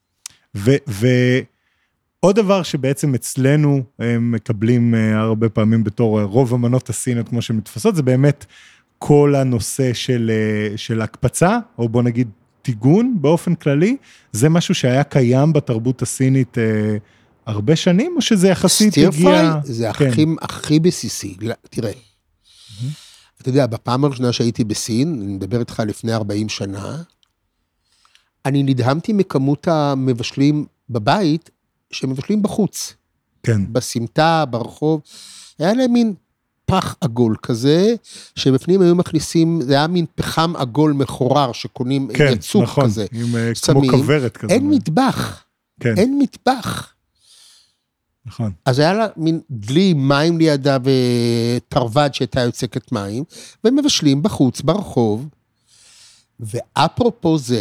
ועוד דבר שבעצם אצלנו הם מקבלים הרבה פעמים בתור רוב המנות הסיניות, כמו שמתפסות, זה באמת כל הנושא של, של הקפצה, או בוא נגיד טיגון באופן כללי, זה משהו שהיה קיים בתרבות הסינית אה, הרבה שנים, או שזה יחסית הגיע... סטיר פריי זה כן. הכי, הכי בסיסי, תראה, mm-hmm. אתה יודע, בפעם הראשונה שהייתי בסין, אני מדבר איתך לפני ארבעים שנה, אני נדהמתי מכמות המבשלים בבית, שמבשלים בחוץ. כן. בסמטה, ברחוב, היה להם מין פח עגול כזה, שבפנים היו מכניסים, זה היה מין פחם עגול מחורר, שקונים כן, יצוק נכון, כזה. עם, כמו כברת כזה. אין מטבח. כן. אין מטבח. נכון. אז היה לה מין דלי מים לידה ותרווד שהייתה יוצקת מים, והם מבשלים בחוץ, ברחוב, ואפרופו זה,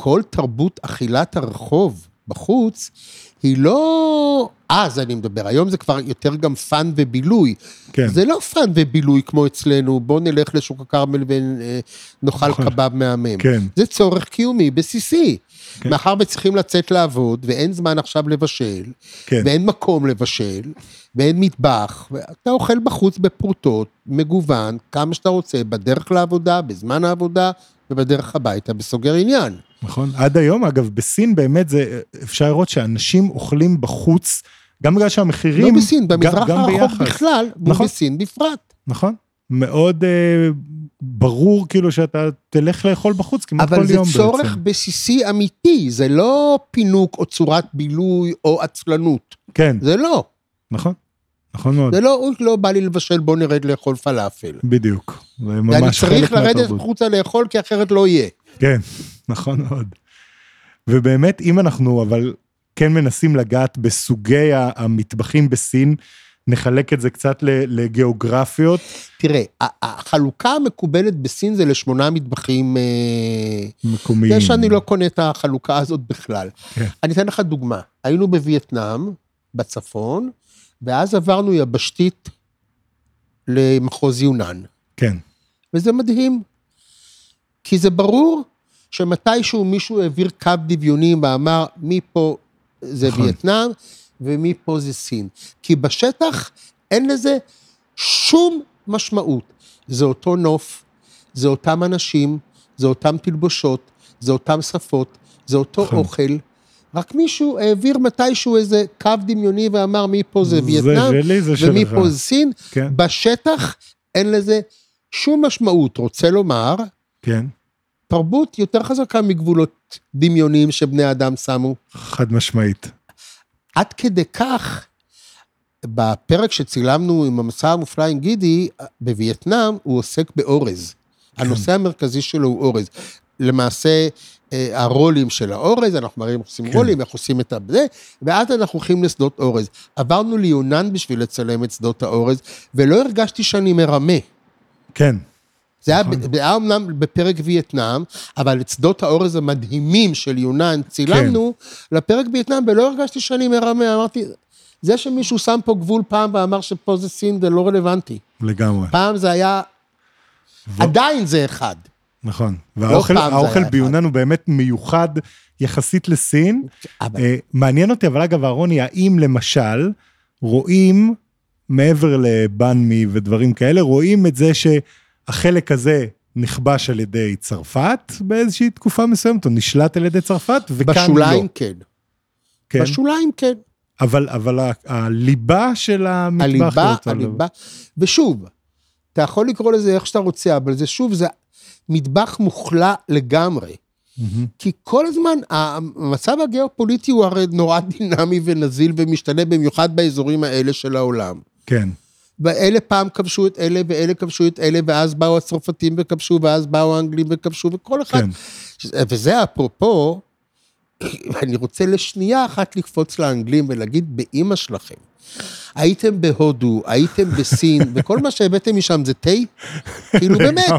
כל תרבות אכילת הרחוב בחוץ, היא לא, אז אני מדבר, היום זה כבר יותר גם פן ובילוי, כן. זה לא פן ובילוי כמו אצלנו, בוא נלך לשוק הכרמל ונאכל נכון. קבב מהמם, כן. זה צורך קיומי, בסיסי, כן. מאחר וצריכים לצאת לעבוד, ואין זמן עכשיו לבשל, כן. ואין מקום לבשל, ואין מטבח, ואתה אוכל בחוץ בפרוטות, מגוון, כמה שאתה רוצה, בדרך לעבודה, בזמן העבודה, ובדרך הביתה, בסוגר עניין. נכון, עד היום, אגב, בסין באמת זה, אפשר לראות שאנשים אוכלים בחוץ, גם בגלל שהמחירים... לא בסין, במזרח גם הרחוק ביחס. בכלל, נכון. ובסין בפרט. נכון, מאוד אה, ברור כאילו שאתה תלך לאכול בחוץ כמעט כל יום בעצם. אבל זה צורך בסיסי אמיתי, זה לא פינוק או צורת בילוי או עצלנות. כן. זה לא. נכון, נכון מאוד. זה לא, לא בא לי לבשל, בוא נרד לאכול פלאפל. בדיוק, זה ואני ממש צריך חלק לרדת מהתרבות. חוצה לאכול, כי אחרת לא יהיה. כן, נכון מאוד. ובאמת, אם אנחנו אבל כן מנסים לגעת בסוגי המטבחים בסין, נחלק את זה קצת לגיאוגרפיות. תראה, החלוקה המקובלת בסין זה לשמונה מטבחים מקומיים. יש שאני לא קונה את החלוקה הזאת בכלל. כן. אני אתן לך דוגמה, היינו בווייטנאם, בצפון, ואז עברנו יבשתית למחוז יונן. כן. וזה מדהים, כי זה ברור שמתישהו מישהו העביר קו דמיוני ואמר, מפה זה נכון. וייטנאם, ומפה זה סין. כי בשטח אין לזה שום משמעות. זה אותו נוף, זה אותם אנשים, זה אותם תלבושות, זה אותם שפות, זה אותו נכון. אוכל, רק מישהו העביר מתישהו איזה קו דמיוני ואמר, מפה זה זה וייטנאם, שלי, זה שלך. ומפה זה סין. כן. בשטח אין לזה שום משמעות. רוצה לומר, כן. תרבות יותר חזקה מגבולות דמיוניים שבני אדם שמו. חד משמעית. עד כדי כך, בפרק שצילמנו עם המסע המופלא עם גידי, בווייטנאם הוא עוסק באורז. כן. הנושא המרכזי שלו הוא אורז. למעשה, הרולים של האורז, אנחנו מראים, עושים כן. רולים, אנחנו עושים את זה, ואז אנחנו הולכים לשדות אורז. עברנו ליונן בשביל לצלם את שדות האורז, ולא הרגשתי שאני מרמה. כן. זה היה, זה היה אמנם בפרק וייטנאם, אבל את שדות האורז המדהימים של יונן צילמנו כן. לפרק וייטנאם, ולא הרגשתי שאני מרמה, אמרתי, זה שמישהו שם פה גבול פעם ואמר שפה זה סין, זה לא רלוונטי. לגמרי. פעם זה היה, ו... עדיין זה אחד. נכון. והאוכל האוכל ביונן הוא באמת מיוחד יחסית לסין. אבל... מעניין אותי, אבל אגב, אהרוני, האם למשל רואים, מעבר לבנמי ודברים כאלה, רואים את זה ש... החלק הזה נכבש על ידי צרפת באיזושהי תקופה מסוימת, או נשלט על ידי צרפת, וכאן לא. בשוליים כן. כן. בשוליים כן. אבל, אבל ה- הליבה של המטבח... הליבה, לא הליבה, ושוב, אתה יכול לקרוא לזה איך שאתה רוצה, אבל זה שוב, זה מטבח מוכלה לגמרי. Mm-hmm. כי כל הזמן, המצב הגיאופוליטי הוא הרי נורא דינמי ונזיל, ומשתנה במיוחד באזורים האלה של העולם. כן. ואלה פעם כבשו את אלה, ואלה כבשו את אלה, ואז באו הצרפתים וכבשו, ואז באו האנגלים וכבשו, וכל אחד. כן. וזה אפרופו, אני רוצה לשנייה אחת לקפוץ לאנגלים, ולהגיד, באמא שלכם, הייתם בהודו, הייתם בסין, וכל מה שהבאתם משם זה תה? כאילו באמת.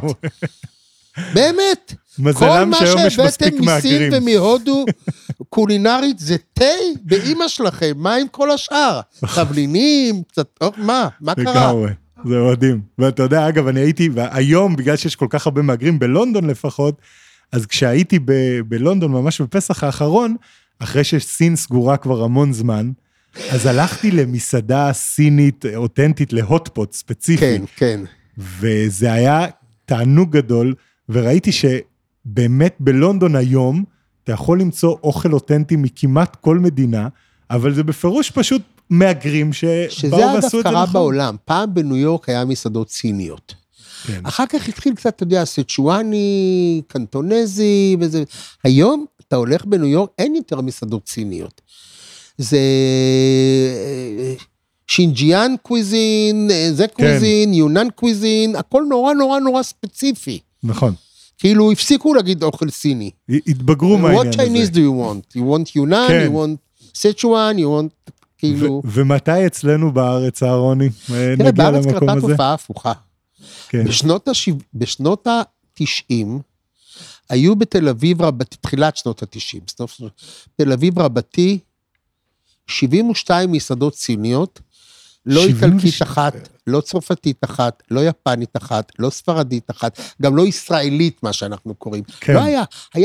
באמת. מזלם שהיום יש מספיק מהגרים. כל מה שהבאתם מסין ומהודו, קולינרית, זה תה באמא שלכם, מה עם כל השאר? תבלינים, קצת, מה? מה קרה? לגמרי, זה מדהים. ואתה יודע, אגב, אני הייתי, והיום, בגלל שיש כל כך הרבה מהגרים, בלונדון לפחות, אז כשהייתי ב- בלונדון, ממש בפסח האחרון, אחרי שסין סגורה כבר המון זמן, אז הלכתי למסעדה סינית אותנטית, להוטפוט ספציפי. כן, כן. וזה היה תענוג גדול, וראיתי שבאמת בלונדון היום, אתה יכול למצוא אוכל אותנטי מכמעט כל מדינה, אבל זה בפירוש פשוט מהגרים שבאו ועשו את זה נכון. שזה אגב קרה בעולם. פעם בניו יורק היה מסעדות סיניות. כן. אחר כך התחיל קצת, אתה יודע, סצ'ואני, קנטונזי, וזה. היום אתה הולך בניו יורק, אין יותר מסעדות סיניות. זה שינג'יאן קוויזין, זה קוויזין, כן. יונן קוויזין, הכל נורא נורא נורא ספציפי. נכון. כאילו הפסיקו להגיד אוכל סיני. התבגרו מהעניין הזה. What Chinese do you want? You want Yunnan, כן. you want Sichuan, you want כאילו... ו- ומתי אצלנו בארץ, אהרוני? תראה, בארץ קרתה תופעה הפוכה. כן. בשנות, השיו... בשנות ה-תשעים, היו בתל אביב רבתי, תחילת שנות ה-תשעים, תל אביב רבתי, שבעים ושתיים מסעדות סיניות, לא איטלקית אחת, לא צרפתית אחת, לא יפנית אחת, לא ספרדית אחת, גם לא ישראלית, מה שאנחנו קוראים. כן. לא היה, היה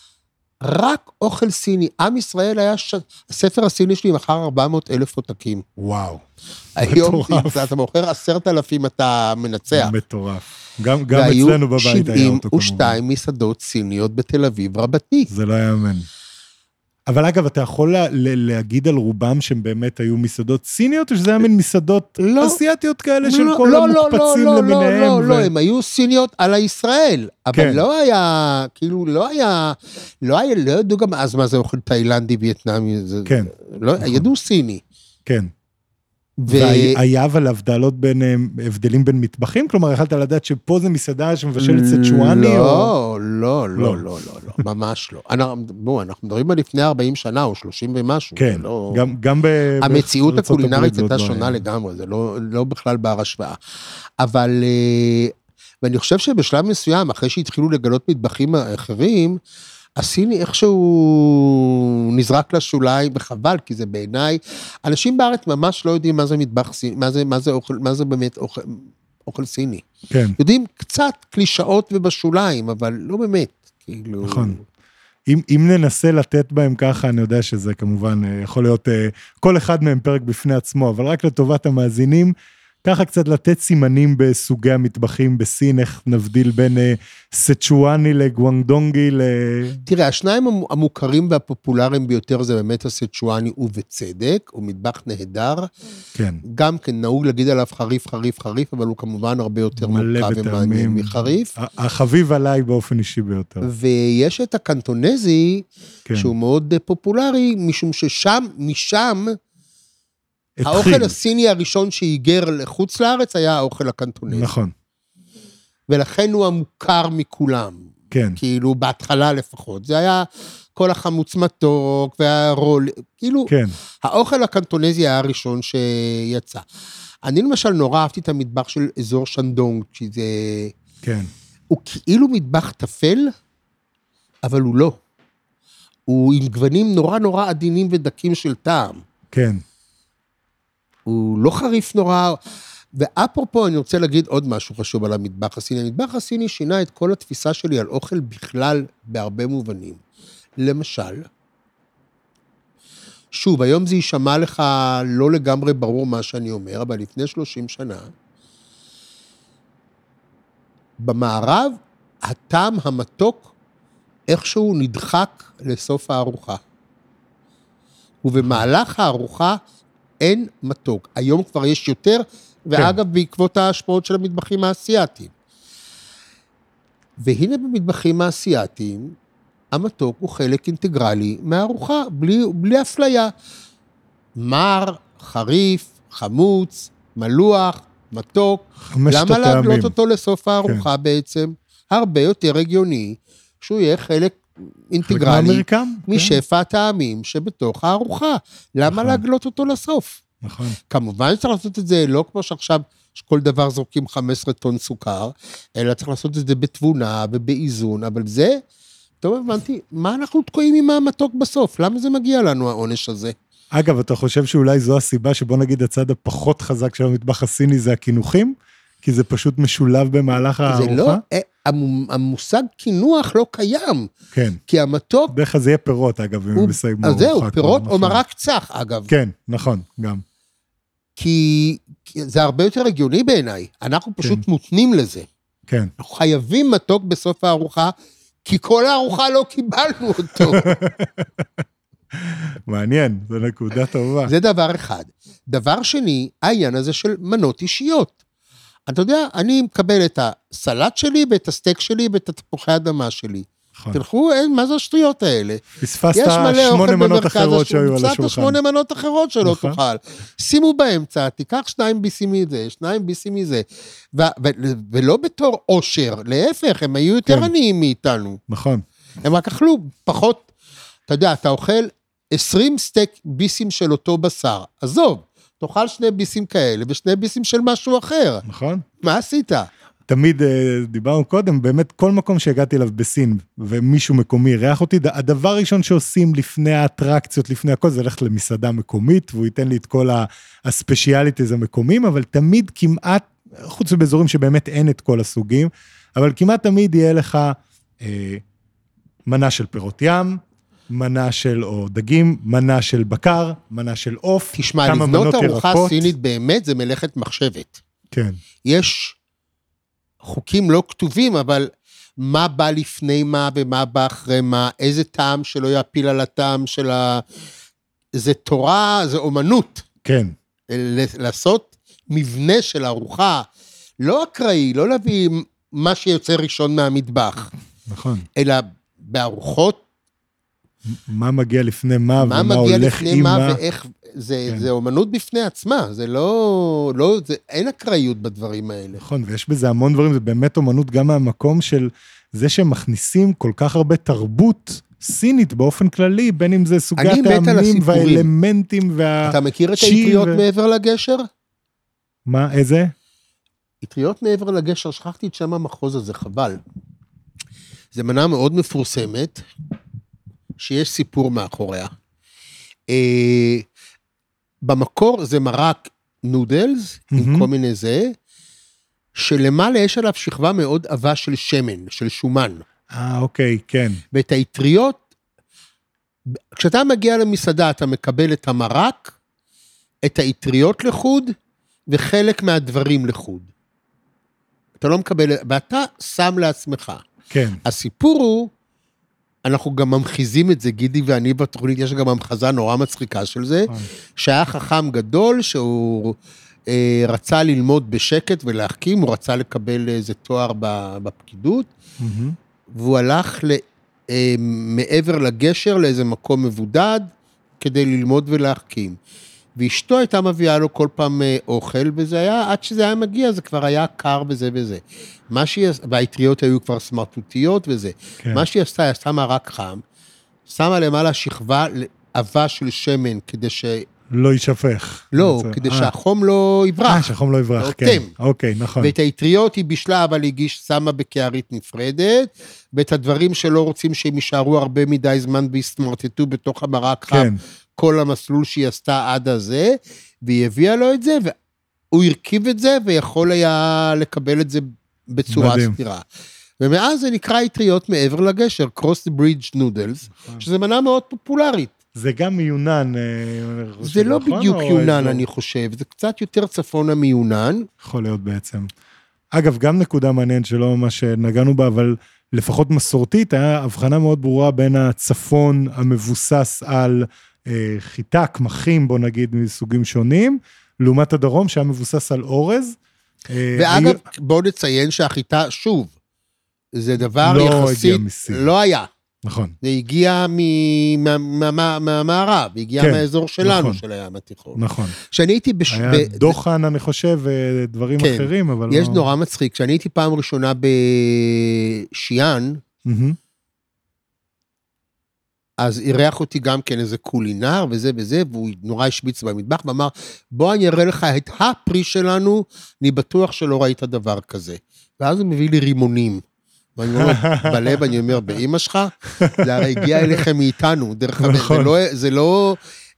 רק אוכל סיני. עם ישראל היה, ש... הספר הסיני שלי מכר ארבע מאות אלף עותקים. וואו. היום אתה מוכר עשרת אלפים, אתה מנצח. מטורף. גם, גם אצלנו בבית היה אותו כמובן. והיו שבעים ושתיים מסעדות סיניות בתל אביב רבתי. זה לא יאמן. אבל אגב, אתה יכול לה, להגיד על רובם שהם באמת היו מסעדות סיניות, או שזה היה מין מסעדות לא, אסיאטיות כאלה לא, של כל לא, המוקפצים לא, למיניהם? לא, לא, ו... לא, הם היו סיניות על הישראל, אבל כן. לא היה, כאילו, לא היה, לא היה, לא ידעו גם אז מה זה אוכל תאילנדי, וייטנאמי, זה, כן. לא, נכון. ידעו סיני. כן. ו... והיה אבל הבדלות בין, הבדלים בין מטבחים? כלומר, יכלת לדעת שפה זה מסעדה שמבשלת סצ'ואני? לא, או... לא, לא, לא, לא, לא, ממש לא. אנחנו, בוא, אנחנו מדברים על לפני ארבעים שנה או שלושים ומשהו. כן, לא... גם, גם ב... המציאות הקולינרית הייתה שונה לגמרי, זה לא, לא בכלל בר השוואה. אבל, ואני חושב שבשלב מסוים, אחרי שהתחילו לגלות מטבחים אחרים, הסיני איכשהו נזרק לשוליים, וחבל, כי זה בעיניי, אנשים בארץ ממש לא יודעים מה זה מטבח סיני, מה זה, מה זה אוכל, מה זה באמת אוכל, אוכל סיני. כן. יודעים קצת קלישאות ובשוליים, אבל לא באמת, כאילו... נכון. אם, אם ננסה לתת בהם ככה, אני יודע שזה כמובן יכול להיות, כל אחד מהם פרק בפני עצמו, אבל רק לטובת המאזינים, ככה קצת לתת סימנים בסוגי המטבחים בסין, איך נבדיל בין סצ'ואני לגואנגדונגי ל... תראה, השניים המוכרים והפופולריים ביותר זה באמת הסצ'ואני ובצדק, הוא מטבח נהדר. כן. גם כן נהוג להגיד עליו חריף, חריף, חריף, אבל הוא כמובן הרבה יותר מורכב ומעניין מחריף. החביב עליי באופן אישי ביותר. ויש את הקנטונזי, כן. שהוא מאוד פופולרי, משום ששם, משם, האוכל הסיני הראשון שהיגר לחוץ לארץ היה האוכל הקנטונזי. נכון. ולכן הוא המוכר מכולם. כן. כאילו, בהתחלה לפחות. זה היה כל החמוץ מתוק והרול, כאילו, כן. האוכל הקנטונזי היה הראשון שיצא. אני למשל נורא אהבתי את המטבח של אזור שנדונג, שזה... כן. הוא כאילו מטבח תפל, אבל הוא לא. הוא עם גוונים נורא נורא עדינים ודקים של טעם. כן. הוא לא חריף נורא, ואפרופו אני רוצה להגיד עוד משהו חשוב על המטבח הסיני. המטבח הסיני שינה את כל התפיסה שלי על אוכל בכלל בהרבה מובנים. למשל, שוב, היום זה יישמע לך לא לגמרי ברור מה שאני אומר, אבל לפני שלושים שנה, במערב, הטעם המתוק איכשהו נדחק לסוף הארוחה. ובמהלך הארוחה, אין מתוק. היום כבר יש יותר, ואגב, כן. בעקבות ההשפעות של המטבחים האסייתיים. והנה במטבחים האסייתיים, המתוק הוא חלק אינטגרלי מהארוחה, בלי, בלי אפליה. מר, חריף, חמוץ, מלוח, מתוק. למה להגלות אותו לסוף הארוחה כן. בעצם? הרבה יותר הגיוני, שהוא יהיה חלק אינטגרלי משפע הטעמים שבתוך הארוחה. למה להגלות אותו לסוף? נכון. כמובן צריך לעשות את זה לא כמו שעכשיו שכל דבר זורקים חמישה עשר טון סוכר, אלא צריך לעשות את זה בתבונה ובאיזון, אבל זה, טוב הבנתי, מה אנחנו תקועים עם המתוק בסוף? למה זה מגיע לנו העונש הזה? אגב, אתה חושב שאולי זו הסיבה שבוא נגיד הצד הפחות חזק של המטבח הסיני זה הכינוחים? כי זה פשוט משולב במהלך הארוחה? זה לא, המושג כינוח לא קיים. כן. כי המתוק... דרך זה יהיה פירות, אגב, אם הם מסיימים ארוחה. אז זהו, פירות או מרק צח, אגב. כן, נכון, גם. כי זה הרבה יותר הגיוני בעיניי. אנחנו פשוט מותנים לזה. כן. אנחנו חייבים מתוק בסוף הארוחה, כי כל הארוחה לא קיבלנו אותו. מעניין, זו נקודה טובה. זה דבר אחד. דבר שני, העניין הזה של מנות אישיות. אתה יודע, אני מקבל את הסלט שלי, ואת הסטייק שלי, ואת התפוחי האדמה שלי. תלכו, אין, מה זה השטויות האלה? פספסת שמונה מנות אחרות שהיו על השולחן. פספסת שמונה מנות אחרות שלא תאכל. שימו באמצע, תיקח שניים ביסים מזה, שניים ביסים מזה, ולא בתור עושר, להפך, הם היו יותר עניים מאיתנו. נכון. הם רק אכלו פחות, אתה יודע, אתה אוכל עשרים סטייק ביסים של אותו בשר, עזוב. תאכל שני ביסים כאלה, ושני ביסים של משהו אחר. נכון. מה עשית? תמיד דיברנו קודם, באמת כל מקום שהגעתי אליו בסין, ומישהו מקומי ריח אותי, הדבר הראשון שעושים לפני האטרקציות, לפני הכל, זה ללכת למסעדה מקומית, והוא ייתן לי את כל הספציאליטיז המקומיים, אבל תמיד כמעט, חוץ מבאזורים שבאמת אין את כל הסוגים, אבל כמעט תמיד יהיה לך אה, מנה של פירות ים, מנה של או דגים, מנה של בקר, מנה של עוף, תשמע, לבנות ארוחה סינית באמת זה מלאכת מחשבת. כן. יש חוקים לא כתובים, אבל מה בא לפני מה ומה בא אחרי מה, איזה טעם שלא יפיל על הטעם של ה... זה תורה, זה אומנות. כן. לעשות מבנה של ארוחה, לא אקראי, לא להביא מה שיוצא ראשון מהמטבח. נכון. אלא בארוחות, מה מגיע לפני מה, מה ומה מגיע הולך לפני עם מה, מה. ואיך, זה, כן. זה אומנות בפני עצמה, זה לא, לא, זה, אין אקראיות בדברים האלה. נכון, ויש בזה המון דברים, זה באמת אומנות גם מהמקום של זה שהם מכניסים כל כך הרבה תרבות סינית באופן כללי, בין אם זה סוגי הטעמים והאלמנטים וה... אתה מכיר את האטריות ו... מעבר לגשר? מה, איזה? אטריות מעבר לגשר, שכחתי את שם המחוז הזה, חבל. זה מנה מאוד מפורסמת, שיש סיפור מאחוריה. אה, במקור זה מרק נודלס, mm-hmm. עם כל מיני זה, שלמעלה יש עליו שכבה מאוד עבה של שמן, של שומן. אה, אוקיי, כן. ואת האטריות, כשאתה מגיע למסעדה, אתה מקבל את המרק, את האטריות לחוד, וחלק מהדברים לחוד. אתה לא מקבל, ואתה שם לעצמך. כן. הסיפור הוא, אנחנו גם ממחיזים את זה, גידי ואני בתוכנית, יש גם המחזה נורא מצחיקה של זה, שהיה חכם גדול, שהוא אה, רצה ללמוד בשקט ולהחכים, הוא רצה לקבל איזה תואר בפקידות, mm-hmm. והוא הלך ל, אה, מעבר לגשר לאיזה מקום מבודד, כדי ללמוד ולהחכים. ואשתו הייתה מביאה לו כל פעם אוכל, וזה היה, עד שזה היה מגיע, זה כבר היה קר וזה וזה. מה שהיא, והאטריות היו כבר סמרטוטיות וזה. כן. מה שהיא עשתה, היא עשתה מרק חם, שמה למעלה שכבה עבה של שמן, כדי ש... לא יישפך. לא, כדי 아. שהחום לא יברח. אה, שהחום לא יברח, כן. אוקיי, נכון. ואת האטריות היא בשלה, אבל היא גיש, שמה בקערית נפרדת, ואת הדברים שלא רוצים שהם יישארו הרבה מדי זמן והסמרטטו בתוך המרק חם. כן. כל המסלול שהיא עשתה עד הזה, והיא הביאה לו את זה, והוא הרכיב את זה, ויכול היה לקבל את זה בצורה מדהים. סתירה. ומאז זה נקרא אטריות מעבר לגשר, Cross the Bridge Noodles, שזה מנה מאוד פופולרית. זה גם מיונן. זה לא בדיוק יונן, אני חושב, זה קצת יותר צפונה מיונן. יכול להיות בעצם. אגב, גם נקודה מעניינת שלא מה שנגענו בה, אבל לפחות מסורתית, היה הבחנה מאוד ברורה בין הצפון המבוסס על חיטה, קמחים, בוא נגיד, מסוגים שונים, לעומת הדרום שהיה מבוסס על אורז. ואגב, בוא נציין שהחיטה, שוב, זה דבר יחסית, לא היה. נכון. זה הגיע מהמערב, הגיע מהאזור שלנו, של הים התיכון. נכון. כשאני הייתי... היה דוחן, אני חושב, ודברים אחרים, אבל... יש נורא מצחיק, כשאני הייתי פעם ראשונה בשיאן, אז אירח אותי גם כן איזה קולינר וזה וזה, והוא נורא השמיץ במטבח, ואמר, בוא אני אראה לך את הפרי שלנו, אני בטוח שלא ראית דבר כזה. ואז הוא מביא לי רימונים. ואני אומר, בלב אני אומר, באמא שלך, זה הרי הגיע אליכם מאיתנו, דרך אגב, זה לא, זה לא,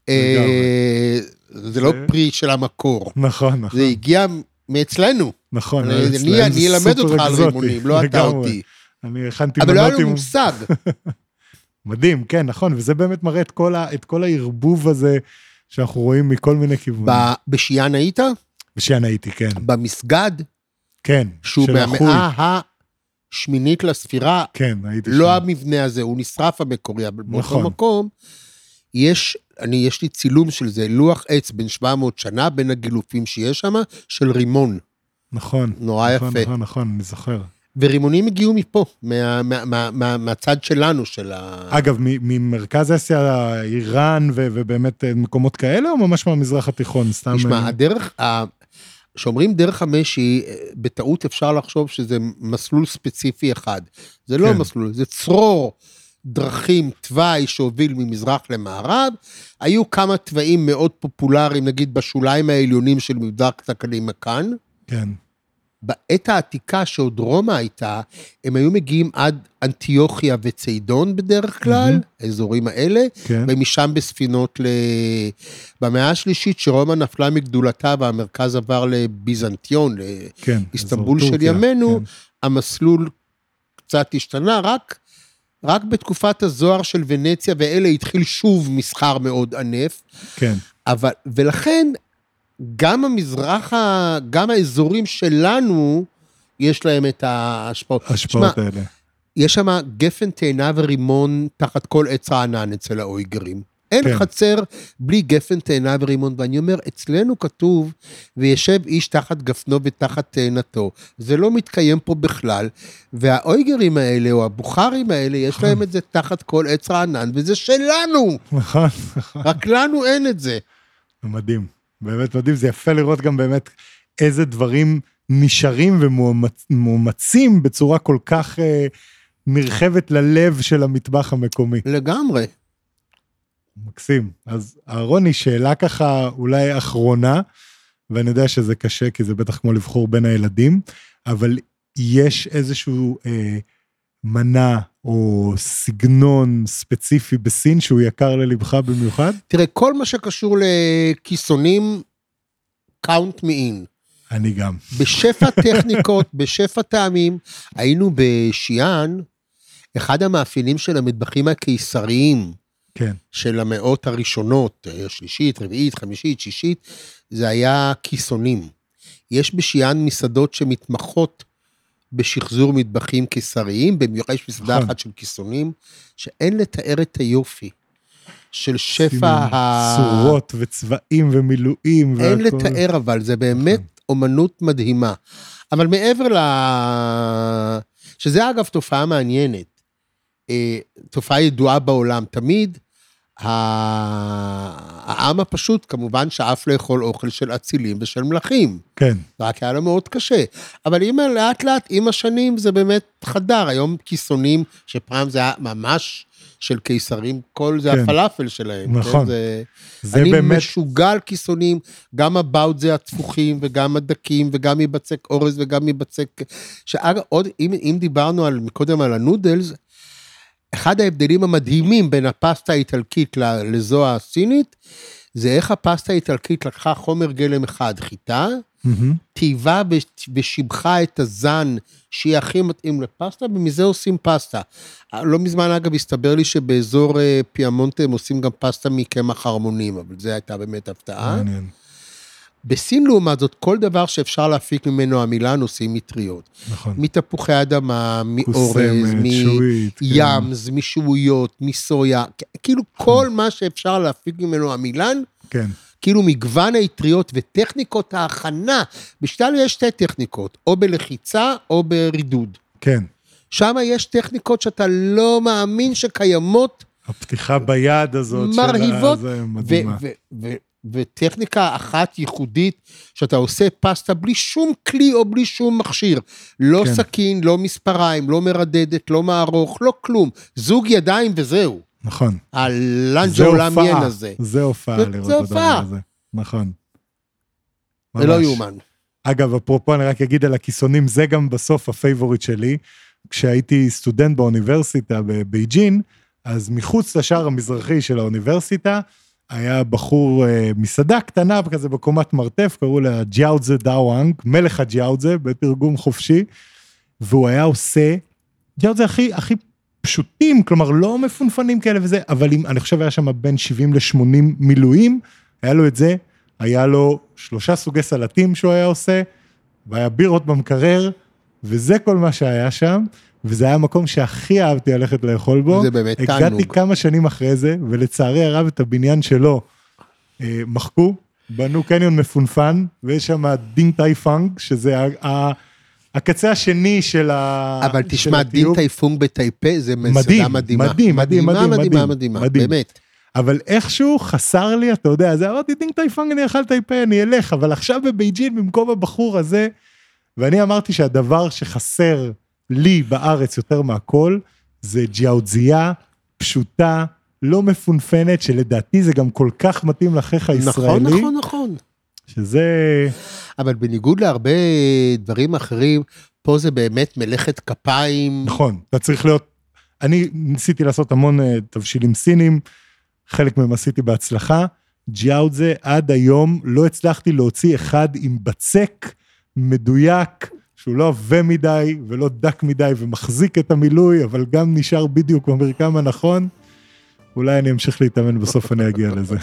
זה לא פרי של המקור. נכון, נכון. זה הגיע מאצלנו. נכון. אני אלמד אותך על רימונים, לא אתה אותי. אני הכנתי מנות עם... אבל לא היה לנו מושג. מדהים, כן, נכון, וזה באמת מראה את כל, ה, את כל הערבוב הזה, שאנחנו רואים מכל מיני כיוונים. בשיאן היית? בשיאן הייתי, כן. במסגד? כן. שהוא במאה השמינית לספירה, כן, הייתי לא שם. המבנה הזה, הוא נשרף המקורי, אבל באותו נכון. מקום, יש, אני, יש לי צילום של זה, לוח עץ בין שבע מאות שנה, בין הגילופים שיש שם, של רימון. נכון. נורא נכון, יפה. נכון, נכון, אני זוכר. ורימונים הגיעו מפה, מה, מה, מה, מה, מהצד שלנו, של ה... אגב, ממרכז אסיה, איראן, ו, ובאמת מקומות כאלה, או ממש מהמזרח התיכון? סתם... נשמע, הדרך, שאומרים דרך המשי, בטעות אפשר לחשוב שזה מסלול ספציפי אחד. זה לא כן. מסלול, זה צרור דרכים, תוואי שהוביל ממזרח למערב, היו כמה תוואים מאוד פופולריים, נגיד בשוליים העליונים של מבדק תקלים מכאן, כן. בעת העתיקה שעוד רומא הייתה, הם היו מגיעים עד אנטיוכיה וצידון בדרך כלל, mm-hmm. האזורים האלה, כן. ומשם בספינות ל... במאה השלישית שרומא נפלה מגדולתה והמרכז עבר לביזנטיון, כן, לאיסטנבול של טורקיה, ימינו, כן. המסלול קצת השתנה, רק, רק בתקופת הזוהר של ונציה, ואלה התחיל שוב מסחר מאוד ענף, כן. אבל, ולכן, גם המזרח, גם האזורים שלנו, יש להם את ההשפעות. ההשפעות האלה. יש שם גפן, תאנה ורימון תחת כל עץ הענן אצל האויגרים. אין כן. חצר בלי גפן, תאנה ורימון, ואני אומר, אצלנו כתוב, וישב איש תחת גפנו ותחת תאנתו. זה לא מתקיים פה בכלל, והאויגרים האלה, או הבוכרים האלה, יש להם את זה תחת כל עץ הענן, וזה שלנו. נכון, נכון. רק לנו אין את זה. מדהים. באמת מדהים, זה יפה לראות גם באמת איזה דברים נשארים ומאומצים בצורה כל כך אה, נרחבת ללב של המטבח המקומי. לגמרי. מקסים. אז אהרוני, שאלה ככה אולי אחרונה, ואני יודע שזה קשה, כי זה בטח כמו לבחור בין הילדים, אבל יש איזשהו אה, מנה או סגנון ספציפי בסין שהוא יקר ללבך במיוחד? תראה, כל מה שקשור לכיסונים, count me in. אני גם. בשפע טכניקות, בשפע טעמים, היינו בשיאן, אחד המאפיינים של המטבחים הקיסריים, כן. של המאות הראשונות, שלישית, רביעית, חמישית, שישית, זה היה כיסונים. יש בשיאן מסעדות שמתמחות בשחזור מטבחים קיסריים, במיוחד יש מסעדה אחת של כיסונים, שאין לתאר את היופי של שפע ה... צורות וצבעים ומילואים. אין לתאר, אבל זה באמת אומנות מדהימה. אבל מעבר ל... שזה אגב תופעה מעניינת, תופעה ידועה בעולם, תמיד העם הפשוט כמובן שאף לאכול אוכל של אצילים ושל מלכים. כן. רק היה לו מאוד קשה. אבל אם לאט לאט, עם השנים זה באמת חדר. היום כיסונים שפעם זה היה ממש של קיסרים, כל זה כן. הפלאפל שלהם. נכון. כן? זה... זה אני באמת... משוגע על כיסונים, גם הבאוט זה התפוחים וגם הדקים וגם מבצק אורז וגם מבצק... שאגב, עוד, אם, אם דיברנו על, מקודם על הנודלס, אחד ההבדלים המדהימים בין הפסטה האיטלקית לזו הסינית, זה איך הפסטה האיטלקית לקחה חומר גלם אחד, חיטה, טבעה ושיבחה את הזן שהיא הכי מתאים לפסטה, ומזה עושים פסטה. לא מזמן אגב הסתבר לי שבאזור פיאמונטה הם עושים גם פסטה מקמח הרמונים, אבל זה הייתה באמת הפתעה. מעניין. בסין לעומת זאת, כל דבר שאפשר להפיק ממנו המילה נושאים מטריות. נכון. מתפוחי אדמה, מאורז, מימס, משבועיות, מסויה, כאילו כל מה שאפשר להפיק ממנו המילן, כן. כאילו מגוון היטריות וטכניקות ההכנה, בשתינו יש שתי טכניקות, או בלחיצה או ברידוד. כן. שם יש טכניקות שאתה לא מאמין שקיימות, הפתיחה ביד הזאת, מרהיבות, זה מדהימה. ו- ו- ו- וטכניקה אחת ייחודית, שאתה עושה פסטה בלי שום כלי או בלי שום מכשיר, לא כן. סכין, לא מספריים, לא מרדדת, לא מערוך, לא כלום, זוג ידיים וזהו. נכון. הלנג'ו למיין הזה. זה הופעה לראות את הדבר הזה. נכון. זה לא יומן. אגב, אפרופו, אני רק אגיד על הכיסונים, זה גם בסוף הפייבוריט שלי, כשהייתי סטודנט באוניברסיטה בבייג'ין, אז מחוץ לשער המזרחי של האוניברסיטה, היה בחור מסעדה קטנה, כזה בקומת מרתף, קראו לה ג'יאודזה דאוואנג, מלך הג'יאודזה, בתרגום חופשי, והוא היה עושה, ג'יאודזה הכי, הכי פשוטים, כלומר לא מפונפנים כאלה וזה, אבל אם, אני חושב היה שם בין שבעים לשמונים מילואים, היה לו את זה, היה לו שלושה סוגי סלטים שהוא היה עושה, והיה בירות במקרר, וזה כל מה שהיה שם, וזה היה המקום שהכי אהבתי ללכת לאכול בו. זה באמת תענוג. הגעתי כמה שנים אחרי זה, ולצערי הרב את הבניין שלו אה, מחקו, בנו קניון מפונפן, ויש שם דינג טאי פאנג, שזה ה- ה- הקצה השני של הטיוב. אבל תשמע, דינג טאי פונג בטייפה, זה מסעדה מדהימה. מדהים, מדהים, מדהים, מדהימה, מדהימה, מדהימה, באמת. אבל איכשהו חסר לי, אתה יודע, אז אמרתי, דינג טאי פאנג, אני אכל טייפה, אני אלך, אבל עכשיו בבייג'ין, במקום הבחור הזה, ואני אמרתי שהדבר שחסר לי בארץ יותר מהכל, זה ג'יאודזיה פשוטה, לא מפונפנת, שלדעתי זה גם כל כך מתאים לחך הישראלי. נכון, נכון, נכון. שזה... אבל בניגוד להרבה דברים אחרים, פה זה באמת מלאכת כפיים. נכון, אתה צריך להיות... אני ניסיתי לעשות המון תבשילים סינים, חלק מהם עשיתי בהצלחה, ג'יאודזה עד היום לא הצלחתי להוציא אחד עם בצק מדויק, שהוא לא עבה מדי ולא דק מדי ומחזיק את המילוי, אבל גם נשאר בדיוק במרקם הנכון. אולי אני אמשיך להתאמן, בסוף אני אגיע לזה.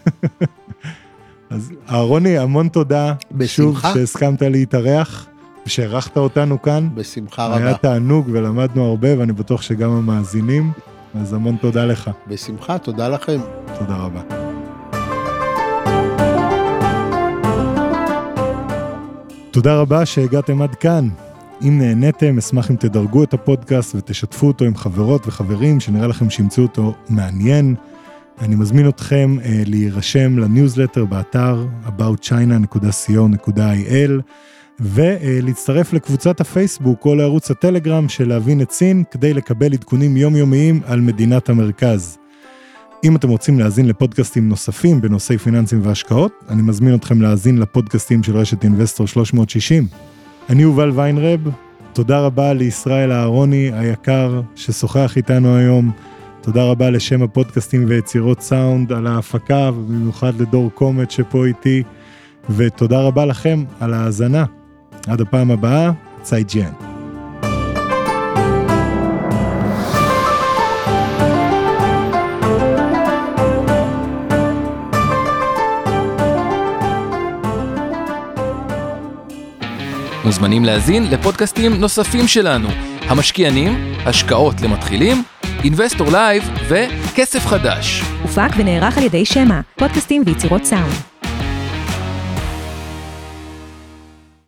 אז אהרוני, המון תודה. בשמחה. שוב שהסכמת להתארח, ושערכת אותנו כאן. בשמחה רבה. היה תענוג ולמדנו הרבה, ואני בטוח שגם המאזינים, אז המון תודה לך. בשמחה, תודה לכם. תודה רבה. תודה רבה שהגעתם עד כאן. אם נהניתם, אשמח אם תדרגו את הפודקאסט ותשתפו אותו עם חברות וחברים שנראה לכם שימצאו אותו מעניין. אני מזמין אתכם אה, להירשם לניוזלטר באתר about china dot co dot il ולהצטרף לקבוצת הפייסבוק או לערוץ הטלגרם של להבין את סין כדי לקבל עדכונים יומיומיים על מדינת המרכז. אם אתם רוצים להאזין לפודקאסטים נוספים בנושאי פיננסים והשקעות, אני מזמין אתכם להאזין לפודקאסטים של רשת אינבסטור שלוש מאות שישים. אני יובל ויינרב, תודה רבה לישראל אהרוני היקר ששוחח איתנו היום, תודה רבה לשם הפודקאסטים ויצירות סאונד על ההפקה, ובמיוחד לדור קומט שפה איתי, ותודה רבה לכם על ההאזנה. עד הפעם הבאה, צאי ג'יין. מוזמנים להזין לפודקאסטים נוספים שלנו, המשקיענים, השקעות למתחילים, אינבסטור לייב וכסף חדש. הופק ונערך על ידי שמה, פודקאסטים ויצירות סאונד.